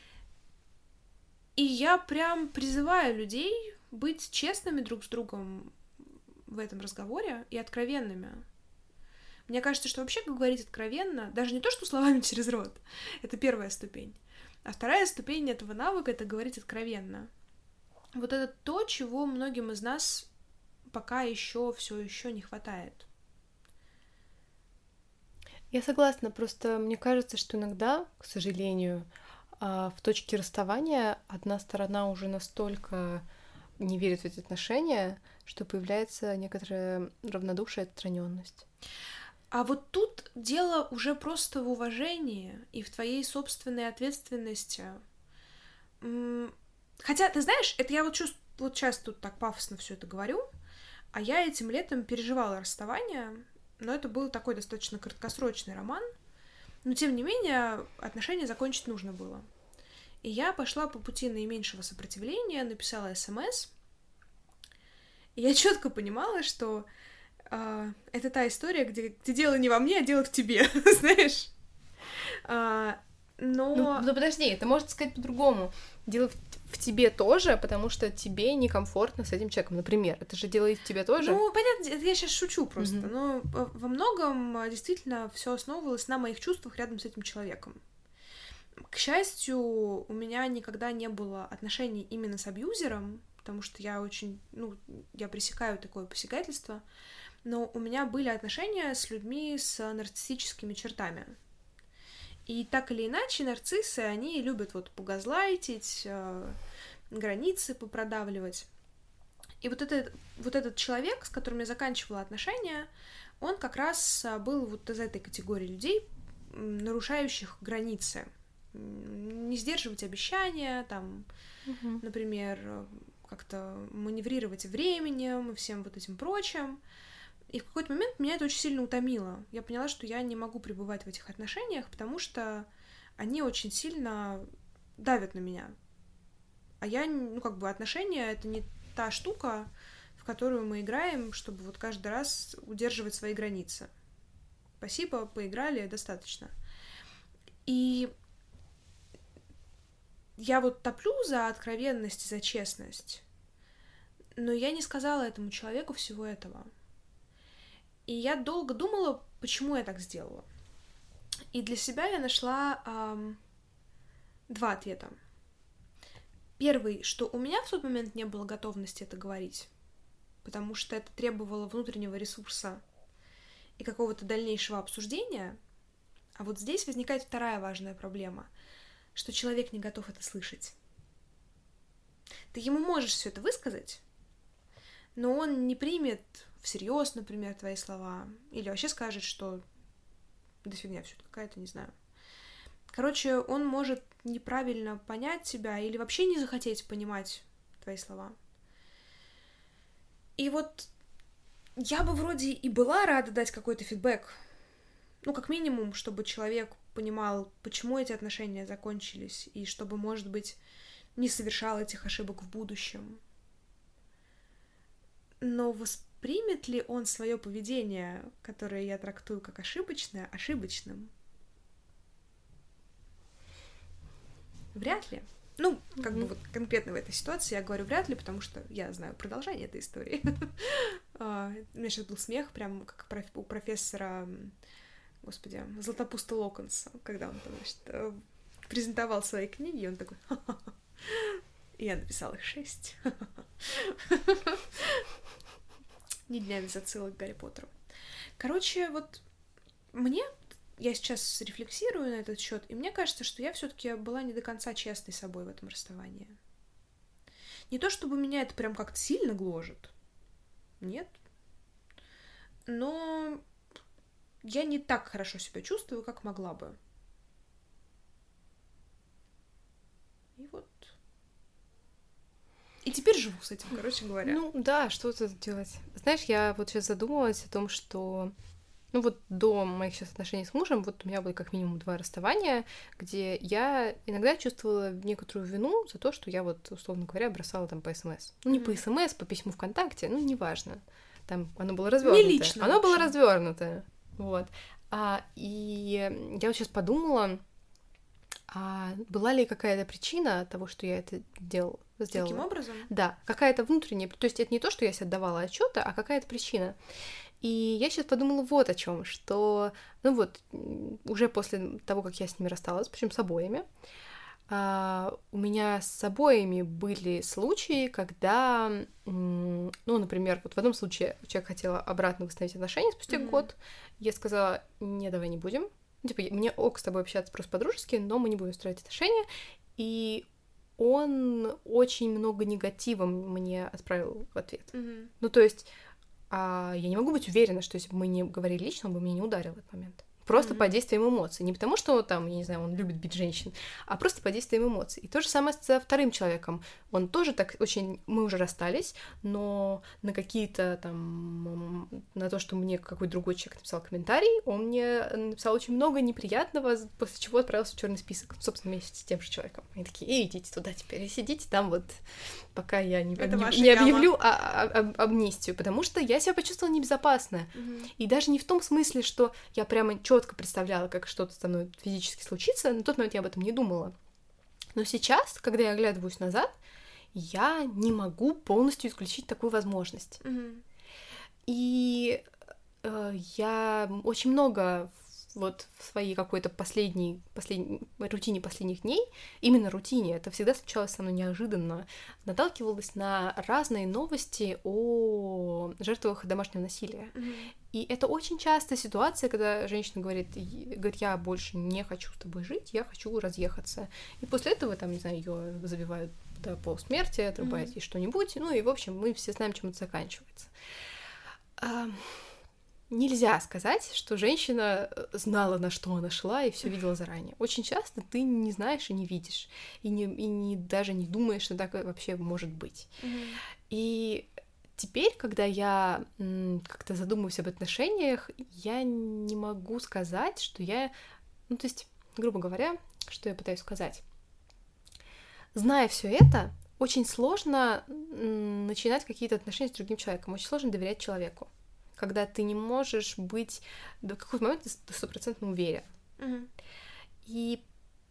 И я прям призываю людей быть честными друг с другом в этом разговоре и откровенными. Мне кажется, что вообще говорить откровенно, даже не то, что словами через рот, это первая ступень, а вторая ступень этого навыка — это говорить откровенно. Вот это то, чего многим из нас пока еще все еще не хватает. Я согласна, просто мне кажется, что иногда, к сожалению, а в точке расставания одна сторона уже настолько не верит в эти отношения, что появляется некоторая равнодушие, отстраненность. А вот тут дело уже просто в уважении и в твоей собственной ответственности. Хотя, ты знаешь, это я вот чувствую, вот сейчас тут так пафосно все это говорю, а я этим летом переживала расставание, но это был такой достаточно краткосрочный роман, но тем не менее отношения закончить нужно было. И я пошла по пути наименьшего сопротивления, написала смс, и я четко понимала, что э, это та история, где, где дело не во мне, а дело в тебе, знаешь. А, но... Ну, ну, подожди, это можно сказать по-другому. Дело в, в тебе тоже, потому что тебе некомфортно с этим человеком, например. Это же делает в тебе тоже. Ну, понятно, это я сейчас шучу просто, Mm-hmm. но во многом действительно все основывалось на моих чувствах рядом с этим человеком. К счастью, у меня никогда не было отношений именно с абьюзером, потому что я очень, ну, я пресекаю такое посягательство, но у меня были отношения с людьми с нарциссическими чертами. И так или иначе, нарциссы, они любят вот погазлайтить, э, границы попродавливать. И вот этот, вот этот человек, с которым я заканчивала отношения, он как раз был вот из этой категории людей, нарушающих границы. Не сдерживать обещания, там, угу. например, как-то маневрировать временем и всем вот этим прочим. И в какой-то момент меня это очень сильно утомило. Я поняла, что я не могу пребывать в этих отношениях, потому что они очень сильно давят на меня. А я, ну, как бы, отношения — это не та штука, в которую мы играем, чтобы вот каждый раз удерживать свои границы. Спасибо, поиграли, достаточно. И я вот топлю за откровенность и за честность, но я не сказала этому человеку всего этого. И я долго думала, почему я так сделала. И для себя я нашла эм, два ответа. Первый, что у меня в тот момент не было готовности это говорить, потому что это требовало внутреннего ресурса и какого-то дальнейшего обсуждения. А вот здесь возникает вторая важная проблема, что человек не готов это слышать. Ты ему можешь все это высказать, но он не примет всерьез, например, твои слова, или вообще скажет, что да фигня все это какая-то, не знаю. Короче, он может неправильно понять тебя или вообще не захотеть понимать твои слова. И вот я бы вроде и была рада дать какой-то фидбэк, ну, как минимум, чтобы человек понимал, почему эти отношения закончились, и чтобы, может быть, не совершал этих ошибок в будущем. Но воспримет ли он свое поведение, которое я трактую как ошибочное, ошибочным? Вряд ли. Ну, как mm-hmm. бы вот конкретно в этой ситуации я говорю вряд ли, потому что я знаю продолжение этой истории. У меня сейчас был смех, прям как у профессора, господи, Златопуста Локонса, когда он, значит, презентовал свои книги, и он такой... И я написала их шесть. Ни дня без отсылок к Гарри Поттеру. Короче, вот мне... Я сейчас рефлексирую на этот счет, и мне кажется, что я все-таки была не до конца честной собой в этом расставании. Не то чтобы меня это прям как-то сильно гложет. Нет. Но я не так хорошо себя чувствую, как могла бы. И вот. И теперь живу с этим, короче говоря. Ну да, что тут делать? Знаешь, я вот сейчас задумалась о том, что... Ну вот до моих сейчас отношений с мужем, вот у меня было как минимум два расставания, где я иногда чувствовала некоторую вину за то, что я вот, условно говоря, бросала там по СМС. Ну не mm-hmm. по СМС, по письму ВКонтакте, ну неважно. Там оно было развернутое. Не лично. Оно было развернутое. Вот. А, и я вот сейчас подумала, а была ли какая-то причина того, что я это делала? Сделала. Таким образом? Да, какая-то внутренняя. То есть это не то, что я себе отдавала отчеты, а какая-то причина. И я сейчас подумала вот о чем, что, ну вот, уже после того, как я с ними рассталась, причем с обоими, а, у меня с обоими были случаи, когда, ну, например, вот в одном случае человек хотел обратно восстановить отношения спустя mm-hmm. год, я сказала, не, давай не будем, Ну, типа, мне ок с тобой общаться просто по-дружески, но мы не будем строить отношения. И он очень много негатива мне отправил в ответ. Mm-hmm. Ну, то есть, а, я не могу быть уверена, что если бы мы не говорили лично, он бы меня не ударил в этот момент. Просто mm-hmm. под действием эмоций. Не потому, что там, я не знаю, он любит бить женщин, а просто под действием эмоций. И то же самое со вторым человеком. Он тоже так очень... Мы уже расстались, но на какие-то там... На то, что мне какой-то другой человек написал комментарий, он мне написал очень много неприятного, после чего отправился в черный список. Собственно, вместе с тем же человеком. Они такие, эй, идите туда теперь, сидите там вот, пока я не, объяв... не объявлю а, а, а, амнистию, потому что я себя почувствовала небезопасно. Mm-hmm. И даже не в том смысле, что я прямо четко представляла, как что-то со мной физически случится, на тот момент я об этом не думала. Но сейчас, когда я оглядываюсь назад, я не могу полностью исключить такую возможность. Mm-hmm. И э, я очень много вот в своей какой-то последней, последней рутине последних дней, именно рутине, это всегда случалось со мной неожиданно, наталкивалась на разные новости о жертвах домашнего насилия. Mm-hmm. И это очень частая ситуация, когда женщина говорит, говорит, я больше не хочу с тобой жить, я хочу разъехаться. И после этого, там, не знаю, ее забивают до полусмерти, отрубают mm-hmm. ей что-нибудь. Ну и, в общем, мы все знаем, чем это заканчивается. А, нельзя сказать, что женщина знала, на что она шла, и все видела заранее. Очень часто ты не знаешь и не видишь, и, не, и не, даже не думаешь, что так вообще может быть. Mm-hmm. И теперь, когда я м, как-то задумываюсь об отношениях, я не могу сказать, что я... Ну, то есть, грубо говоря, что я пытаюсь сказать? Зная все это, очень сложно м, начинать какие-то отношения с другим человеком, очень сложно доверять человеку, когда ты не можешь быть... До какого-то момента ты стопроцентно уверен. Mm-hmm. И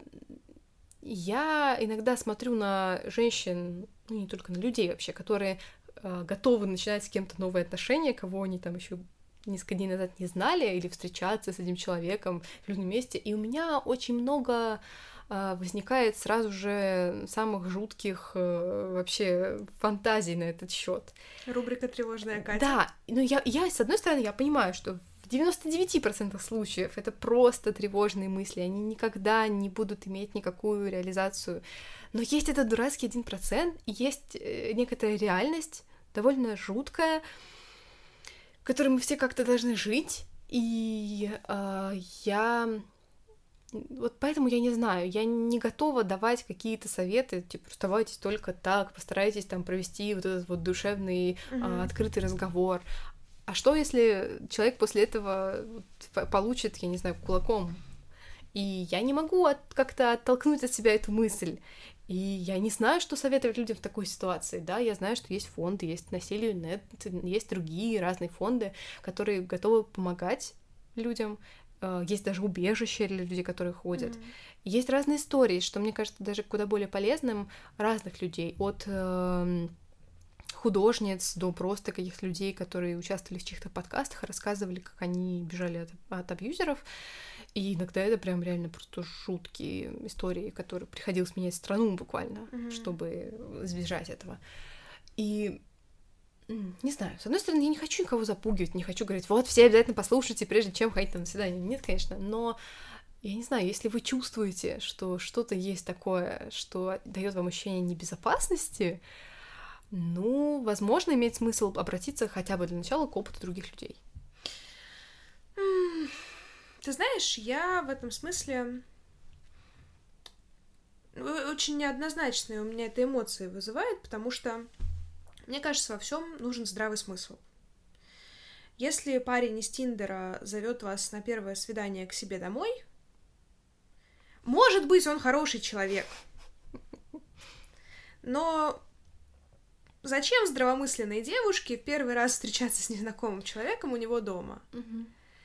я иногда смотрю на женщин, ну, не только на людей вообще, которые готовы начинать с кем-то новые отношения, кого они там еще несколько дней назад не знали, или встречаться с этим человеком в людном месте. И у меня очень много э, возникает сразу же самых жутких э, вообще фантазий на этот счет. Рубрика «Тревожная Катя». Да, но я, я, с одной стороны, я понимаю, что в девяноста девяти процентах случаев это просто тревожные мысли, они никогда не будут иметь никакую реализацию. Но есть этот дурацкий один процент, и есть некоторая реальность, довольно жуткая, в которой мы все как-то должны жить, и э, я... Вот поэтому я не знаю, я не готова давать какие-то советы, типа, оставайтесь только так, постарайтесь там провести вот этот вот душевный, mm-hmm. э, открытый разговор. А что, если человек после этого получит, я не знаю, кулаком? И я не могу от, как-то оттолкнуть от себя эту мысль. И я не знаю, что советовать людям в такой ситуации. Да, я знаю, что есть фонды, есть насилие нет, есть другие разные фонды, которые готовы помогать людям. Есть даже убежища для людей, которые ходят. Mm-hmm. Есть разные истории, что мне кажется даже куда более полезным разных людей. От э, художниц до просто каких-то людей, которые участвовали в чьих-то подкастах, рассказывали, как они бежали от, от абьюзеров. И иногда это прям реально просто жуткие истории, которые приходилось менять страну буквально, mm-hmm. чтобы избежать этого. И не знаю, с одной стороны, я не хочу никого запугивать, не хочу говорить, вот, все обязательно послушайте, прежде чем ходить на свидание. Нет, конечно, но я не знаю, если вы чувствуете, что что-то есть такое, что дает вам ощущение небезопасности, ну, возможно, имеет смысл обратиться хотя бы для начала к опыту других людей. Ты знаешь, я в этом смысле очень неоднозначные у меня это эмоции вызывает, потому что, мне кажется, во всем нужен здравый смысл. Если парень из Тиндера зовет вас на первое свидание к себе домой, может быть, он хороший человек. Но зачем здравомысленной девушке в первый раз встречаться с незнакомым человеком у него дома? Mm-hmm.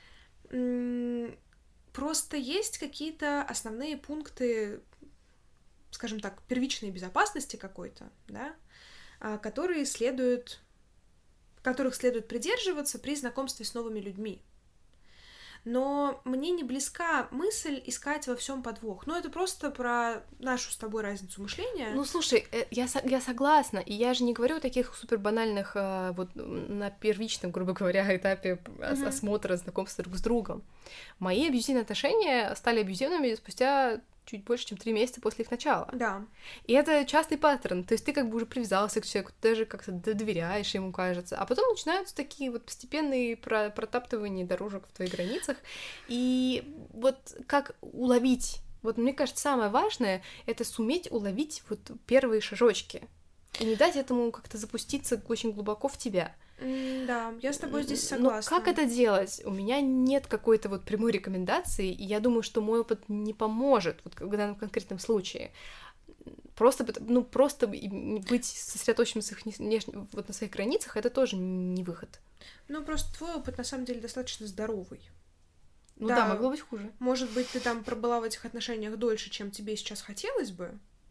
Просто есть какие-то основные пункты, скажем так, первичной безопасности какой-то, да, которые следует, которых следует придерживаться при знакомстве с новыми людьми. Но мне не близка мысль искать во всем подвох. Ну, это просто про нашу с тобой разницу мышления. Ну, слушай, я, я согласна, и я же не говорю о таких супер банальных, вот на первичном, грубо говоря, этапе mm-hmm. осмотра, знакомства друг с другом. Мои абьюзивные отношения стали абьюзивными спустя чуть больше, чем три месяца после их начала. Да. И это частый паттерн, то есть ты как бы уже привязался к человеку, ты даже как-то доверяешь ему, кажется, а потом начинаются такие вот постепенные протаптывания дорожек в твоих границах, и вот как уловить, вот мне кажется, самое важное — это суметь уловить вот первые шажочки, и не дать этому как-то запуститься очень глубоко в тебя. Mm, да, я с тобой здесь согласна. Но как это делать? У меня нет какой-то вот прямой рекомендации, и я думаю, что мой опыт не поможет вот в данном конкретном случае. Просто, ну, просто быть сосредоточенным вот на своих границах — это тоже не выход. Ну, просто твой опыт на самом деле достаточно здоровый. Ну да, да, могло быть хуже. Может быть, ты там пробыла в этих отношениях дольше, чем тебе сейчас хотелось бы,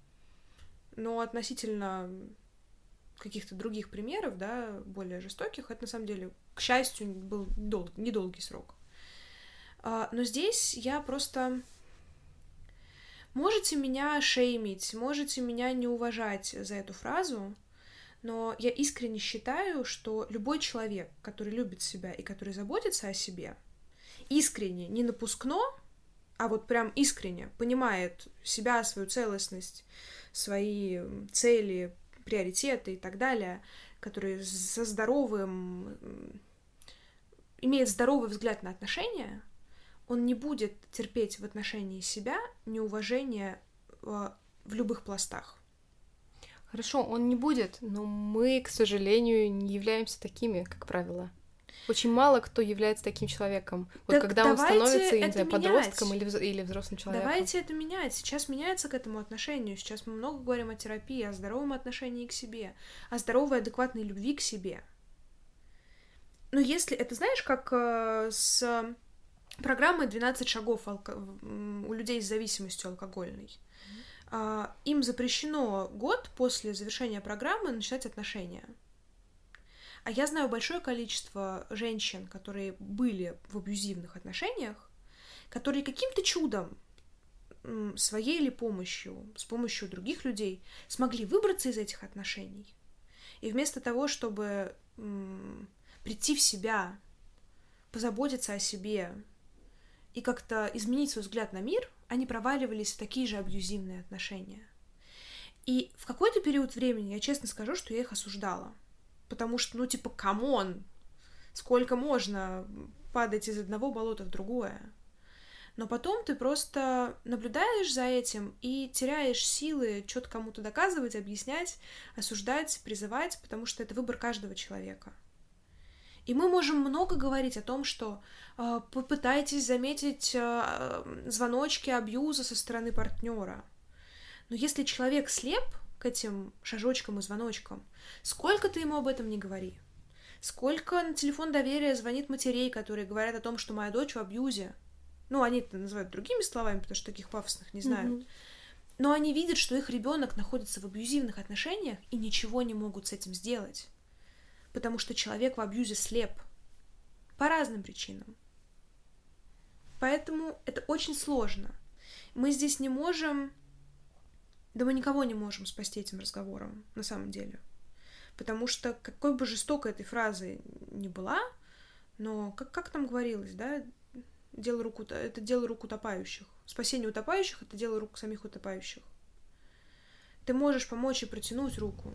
но относительно каких-то других примеров, да, более жестоких, это на самом деле, к счастью, был дол- недолгий срок. А, но здесь я просто... Можете меня шеймить, можете меня не уважать за эту фразу, но я искренне считаю, что любой человек, который любит себя и который заботится о себе, искренне, не напускно, а вот прям искренне понимает себя, свою целостность, свои цели, приоритеты и так далее, которые со здоровым, имеет здоровый взгляд на отношения, он не будет терпеть в отношении себя неуважение в любых пластах. Хорошо, он не будет, но мы, к сожалению, не являемся такими, как правило. Очень мало кто является таким человеком. Вот так когда он становится, я не знаю, менять. подростком или, вз... или взрослым человеком. Давайте это менять. Сейчас меняется к этому отношению. Сейчас мы много говорим о терапии, о здоровом отношении к себе, о здоровой, адекватной любви к себе. Но если... Это знаешь, как э, с программой двенадцать шагов алко... у людей с зависимостью алкогольной. Mm-hmm. Э, им запрещено год после завершения программы начинать отношения. А я знаю большое количество женщин, которые были в абьюзивных отношениях, которые каким-то чудом, своей или помощью, с помощью других людей, смогли выбраться из этих отношений. И вместо того, чтобы м, прийти в себя, позаботиться о себе и как-то изменить свой взгляд на мир, они проваливались в такие же абьюзивные отношения. И в какой-то период времени, я честно скажу, что я их осуждала. Потому что, ну, типа, камон, сколько можно падать из одного болота в другое. Но потом ты просто наблюдаешь за этим и теряешь силы что-то кому-то доказывать, объяснять, осуждать, призывать, потому что это выбор каждого человека. И мы можем много говорить о том, что э, попытайтесь заметить э, звоночки абьюза со стороны партнера. Но если человек слеп к этим шажочкам и звоночкам, сколько ты ему об этом не говори. Сколько на телефон доверия звонит матерей, которые говорят о том, что моя дочь в абьюзе. Ну, они это называют другими словами, потому что таких пафосных не знают. Mm-hmm. Но они видят, что их ребенок находится в абьюзивных отношениях и ничего не могут с этим сделать. Потому что человек в абьюзе слеп. По разным причинам. Поэтому это очень сложно. Мы здесь не можем... Да мы никого не можем спасти этим разговором, на самом деле. Потому что, какой бы жестокой этой фразы ни была, но, как, как там говорилось, да, дело рук, это дело рук утопающих. Спасение утопающих — это дело рук самих утопающих. Ты можешь помочь и протянуть руку,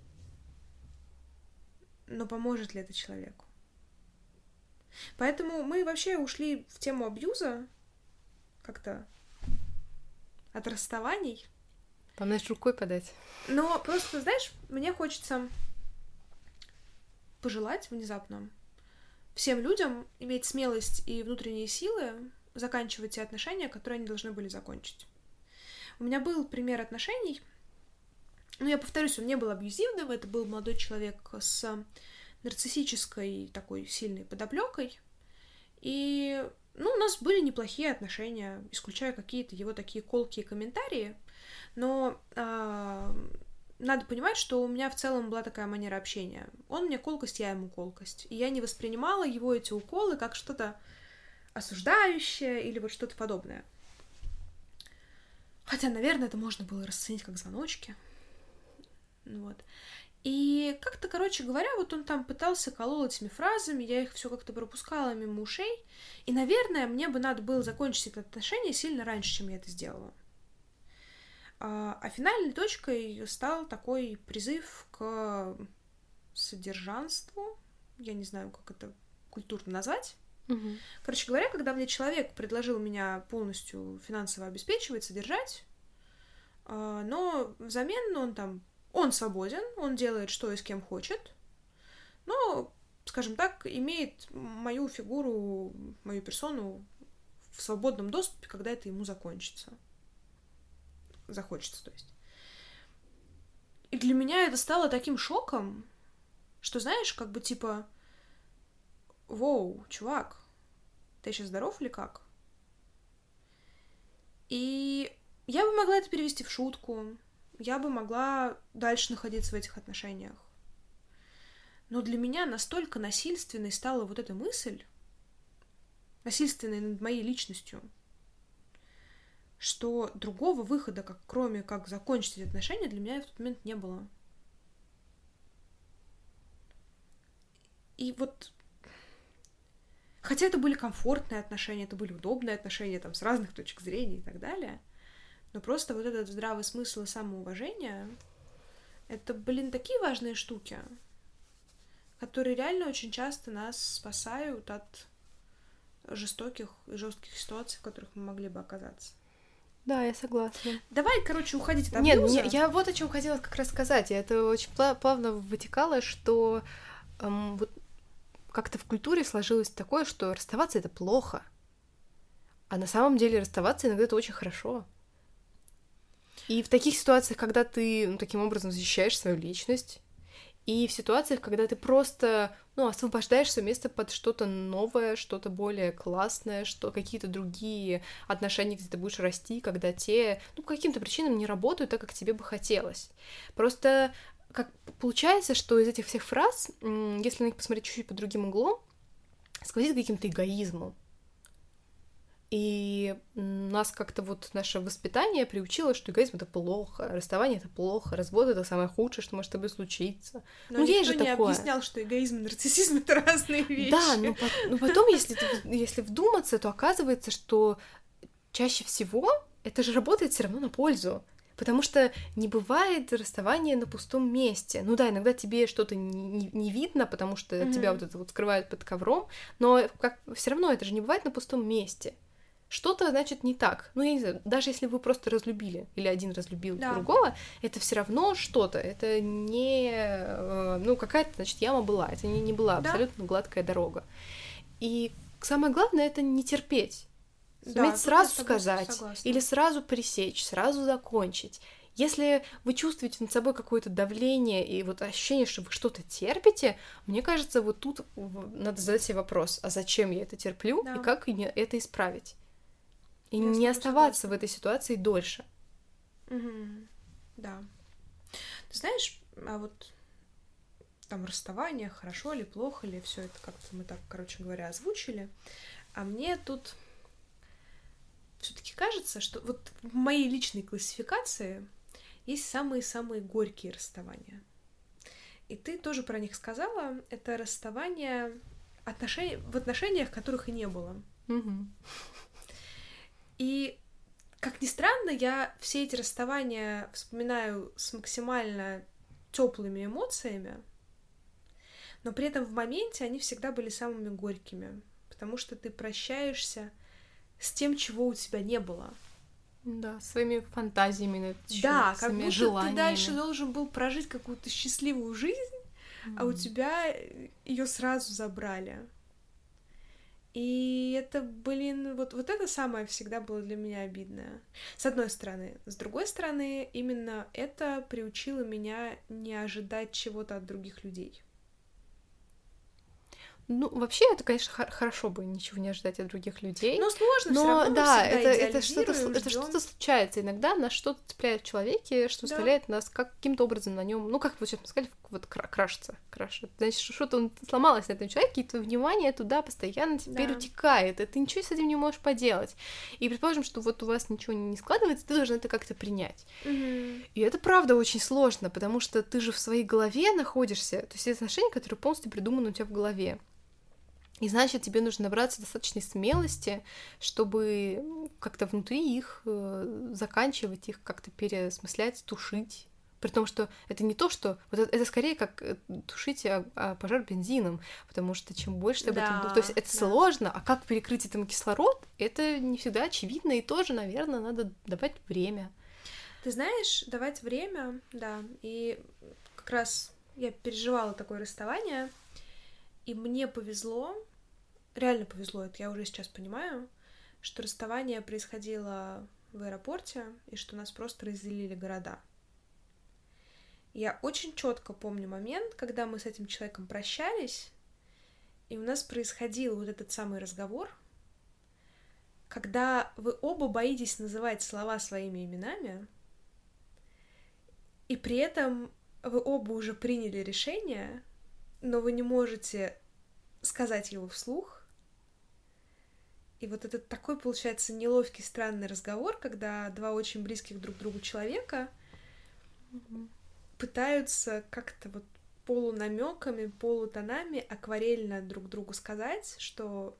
но поможет ли это человеку? Поэтому мы вообще ушли в тему абьюза как-то от расставаний. Там, знаешь, рукой подать. Но просто, знаешь, мне хочется пожелать внезапно всем людям иметь смелость и внутренние силы заканчивать те отношения, которые они должны были закончить. У меня был пример отношений, ну, я повторюсь, он не был абьюзивным, это был молодой человек с нарциссической такой сильной подоплекой, и, ну, у нас были неплохие отношения, исключая какие-то его такие колкие комментарии, но э, надо понимать, что у меня в целом была такая манера общения. Он мне колкость, я ему колкость. И я не воспринимала его эти уколы как что-то осуждающее или вот что-то подобное. Хотя, наверное, это можно было расценить как звоночки. Вот. И как-то, короче говоря, вот он там пытался колол этими фразами, я их все как-то пропускала мимо ушей, и, наверное, мне бы надо было закончить это отношение сильно раньше, чем я это сделала. А, а финальной точкой стал такой призыв к содержанству, я не знаю, как это культурно назвать. Угу. Короче говоря, когда мне человек предложил меня полностью финансово обеспечивать, содержать, но взамен он там, он свободен, он делает что и с кем хочет, но, скажем так, имеет мою фигуру, мою персону в свободном доступе, когда это ему закончится. Захочется, то есть. И для меня это стало таким шоком, что, знаешь, как бы типа, воу, чувак, ты сейчас здоров или как? И я бы могла это перевести в шутку, я бы могла дальше находиться в этих отношениях. Но для меня настолько насильственной стала вот эта мысль, насильственной над моей личностью, что другого выхода, как, кроме как закончить эти отношения, для меня в тот момент не было. И вот... Хотя это были комфортные отношения, это были удобные отношения, там, с разных точек зрения и так далее, но просто вот этот здравый смысл и самоуважение — это, блин, такие важные штуки, которые реально очень часто нас спасают от жестоких и жестких ситуаций, в которых мы могли бы оказаться. Да, я согласна. Давай, короче, уходить от Нет, абьюза. Нет, я вот о чем хотела как раз сказать. И это очень плавно вытекало, что эм, вот как-то в культуре сложилось такое, что расставаться — это плохо. А на самом деле расставаться иногда это очень хорошо. И в таких ситуациях, когда ты ну, таким образом защищаешь свою личность, и в ситуациях, когда ты просто ну, освобождаешь свое место под что-то новое, что-то более классное, что какие-то другие отношения, где ты будешь расти, когда те ну, по каким-то причинам не работают так, как тебе бы хотелось. Просто как получается, что из этих всех фраз, если на них посмотреть чуть-чуть под другим углом, сквозит каким-то эгоизмом. И нас как-то вот наше воспитание приучило, что эгоизм — это плохо, расставание — это плохо, развод — это самое худшее, что может с тобой случиться. Но ну, никто есть же не такое. объяснял, что эгоизм и нарциссизм — это разные вещи. Да, но, но потом, если, ты, если вдуматься, то оказывается, что чаще всего это же работает все равно на пользу. Потому что не бывает расставания на пустом месте. Ну да, иногда тебе что-то не, не, не видно, потому что mm-hmm. тебя вот это вот скрывают под ковром, но как, все равно это же не бывает на пустом месте. Что-то, значит, не так. Ну, я не знаю, даже если вы просто разлюбили, или один разлюбил да. другого, это все равно что-то. Это не... Ну, какая-то, значит, яма была. Это не, не была да. абсолютно гладкая дорога. И самое главное — это не терпеть. Да, Суметь сразу сказать, согласна. или сразу пресечь, сразу закончить. Если вы чувствуете над собой какое-то давление и вот ощущение, что вы что-то терпите, мне кажется, вот тут надо задать себе вопрос, а зачем я это терплю, да. и как это исправить? И я не оставаться согласна. В этой ситуации дольше. Угу. Да. Ты знаешь, а вот там расставание, хорошо ли, плохо ли, все это как-то мы так, короче говоря, озвучили. А мне тут все-таки кажется, что вот в моей личной классификации есть самые-самые горькие расставания. И ты тоже про них сказала. Это расставание отношений, в отношениях, которых и не было. Угу. И, как ни странно, я все эти расставания вспоминаю с максимально теплыми эмоциями, но при этом в моменте они всегда были самыми горькими, потому что ты прощаешься с тем, чего у тебя не было. Да, своими фантазиями на этот счёт, да, как будто желаниями. Ты дальше должен был прожить какую-то счастливую жизнь, mm-hmm. а у тебя ее сразу забрали. И это, блин, вот, вот это самое всегда было для меня обидное. С одной стороны. С другой стороны, именно это приучило меня не ожидать чего-то от других людей. Ну, вообще, это, конечно, хор- хорошо бы ничего не ожидать от других людей. Но сложно, но всё равно мы да, всегда это, это что-то, идеализируем, это ждём. что-то случается. Иногда нас что-то цепляет в человеке, что Да. заставляет нас каким-то образом на нем, ну, как вот сейчас мы сказали, вот кра- крашится, крашит. Значит, что-то сломалось на этом человеке, и твое внимание туда постоянно теперь Да. утекает, и ты ничего с этим не можешь поделать. И предположим, что вот у вас ничего не складывается, ты должен это как-то принять. Мгм. И это правда очень сложно, потому что ты же в своей голове находишься, то есть это отношения, которые полностью придуманы у тебя в голове. И значит, тебе нужно набраться достаточной смелости, чтобы ну, как-то внутри их э, заканчивать, их как-то переосмыслять, тушить. При том, что это не то, что... Вот это, это скорее как э, тушить а, а, пожар бензином, потому что чем больше ты об этом... Да, думаешь- То есть это да. сложно, а как перекрыть этому кислород, это не всегда очевидно, и тоже, наверное, надо давать время. Ты знаешь, давать время, да, и как раз я переживала такое расставание, и мне повезло, реально повезло, это я уже сейчас понимаю, что расставание происходило в аэропорте, и что нас просто разделили города. Я очень четко помню момент, когда мы с этим человеком прощались, и у нас происходил вот этот самый разговор, когда вы оба боитесь называть слова своими именами, и при этом вы оба уже приняли решение, но вы не можете сказать его вслух. И вот этот такой, получается, неловкий, странный разговор, когда два очень близких друг другу человека Mm-hmm. пытаются как-то вот полунамеками, полутонами акварельно друг другу сказать, что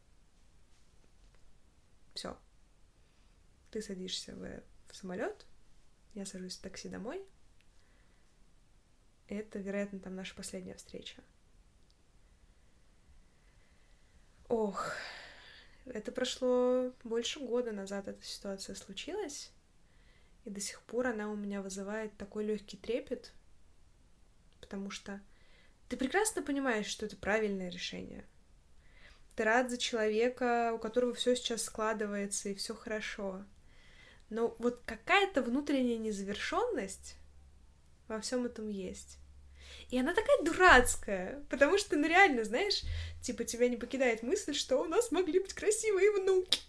все, ты садишься в, в самолет, я сажусь в такси домой. Это, вероятно, там наша последняя встреча. Ох, это прошло больше года назад, эта ситуация случилась, и до сих пор она у меня вызывает такой легкий трепет, потому что ты прекрасно понимаешь, что это правильное решение. Ты рад за человека, у которого все сейчас складывается и все хорошо. Но вот какая-то внутренняя незавершенность во всем этом есть. И она такая дурацкая, потому что, ну реально, знаешь, типа тебя не покидает мысль, что у нас могли быть красивые внуки.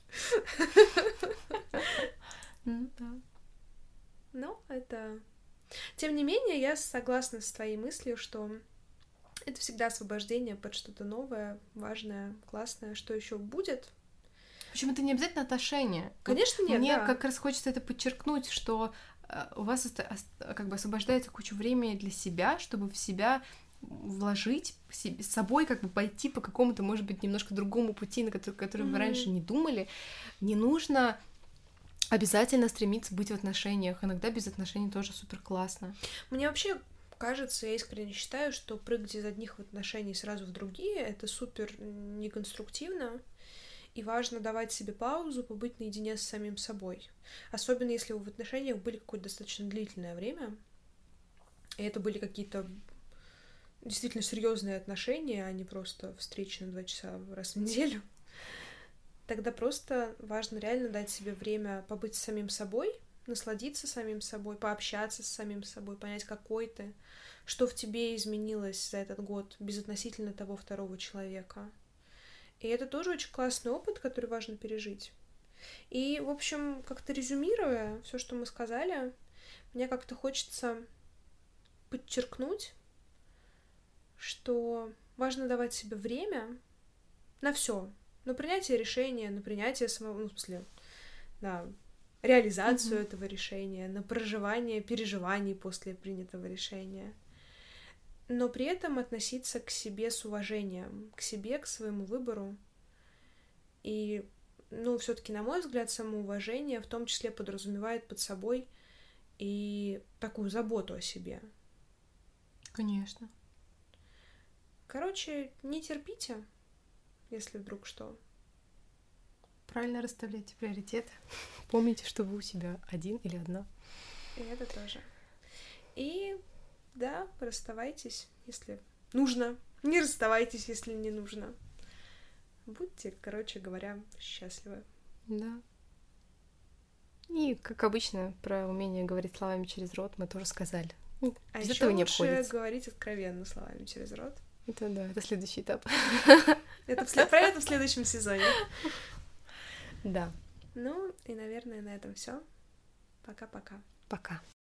Но это... Тем не менее, я согласна с твоей мыслью, что это всегда освобождение под что-то новое, важное, классное, что еще будет. Причем это не обязательно отношения. Конечно, нет, Мне да. как раз хочется это подчеркнуть, что у вас как бы освобождается куча времени для себя, чтобы в себя вложить, с собой как бы пойти по какому-то, может быть, немножко другому пути, на который, который mm-hmm. вы раньше не думали. Не нужно обязательно стремиться быть в отношениях. Иногда без отношений тоже супер классно. Мне вообще кажется, я искренне считаю, что прыгать из одних отношений сразу в другие — это супер неконструктивно. И важно давать себе паузу, побыть наедине с самим собой. Особенно если вы в отношениях были какое-то достаточно длительное время, и это были какие-то действительно серьезные отношения, а не просто встречи на два часа раз в неделю. Тогда просто важно реально дать себе время побыть с самим собой, насладиться самим собой, пообщаться с самим собой, понять, какой ты, что в тебе изменилось за этот год безотносительно того второго человека. И это тоже очень классный опыт, который важно пережить. И, в общем, как-то резюмируя все, что мы сказали, мне как-то хочется подчеркнуть, что важно давать себе время на все, на принятие решения, на принятие самого, ну, в смысле, на реализацию mm-hmm. этого решения, на проживание переживаний после принятого решения. Но при этом относиться к себе с уважением, к себе, к своему выбору. И, ну, все-таки, на мой взгляд, самоуважение в том числе подразумевает под собой и такую заботу о себе. Конечно. Короче, не терпите, если вдруг что. Правильно расставляйте приоритеты. Помните, что вы у себя один или одна. И это тоже. И да, расставайтесь, если нужно. Не расставайтесь, если не нужно. Будьте, короче говоря, счастливы. Да. И, как обычно, про умение говорить словами через рот мы тоже сказали. А без еще этого не лучше обходится. говорить откровенно словами через рот. Это да, это следующий этап. Это в след- про это в следующем сезоне. Да. Ну, и, наверное, на этом все. Пока-пока. Пока.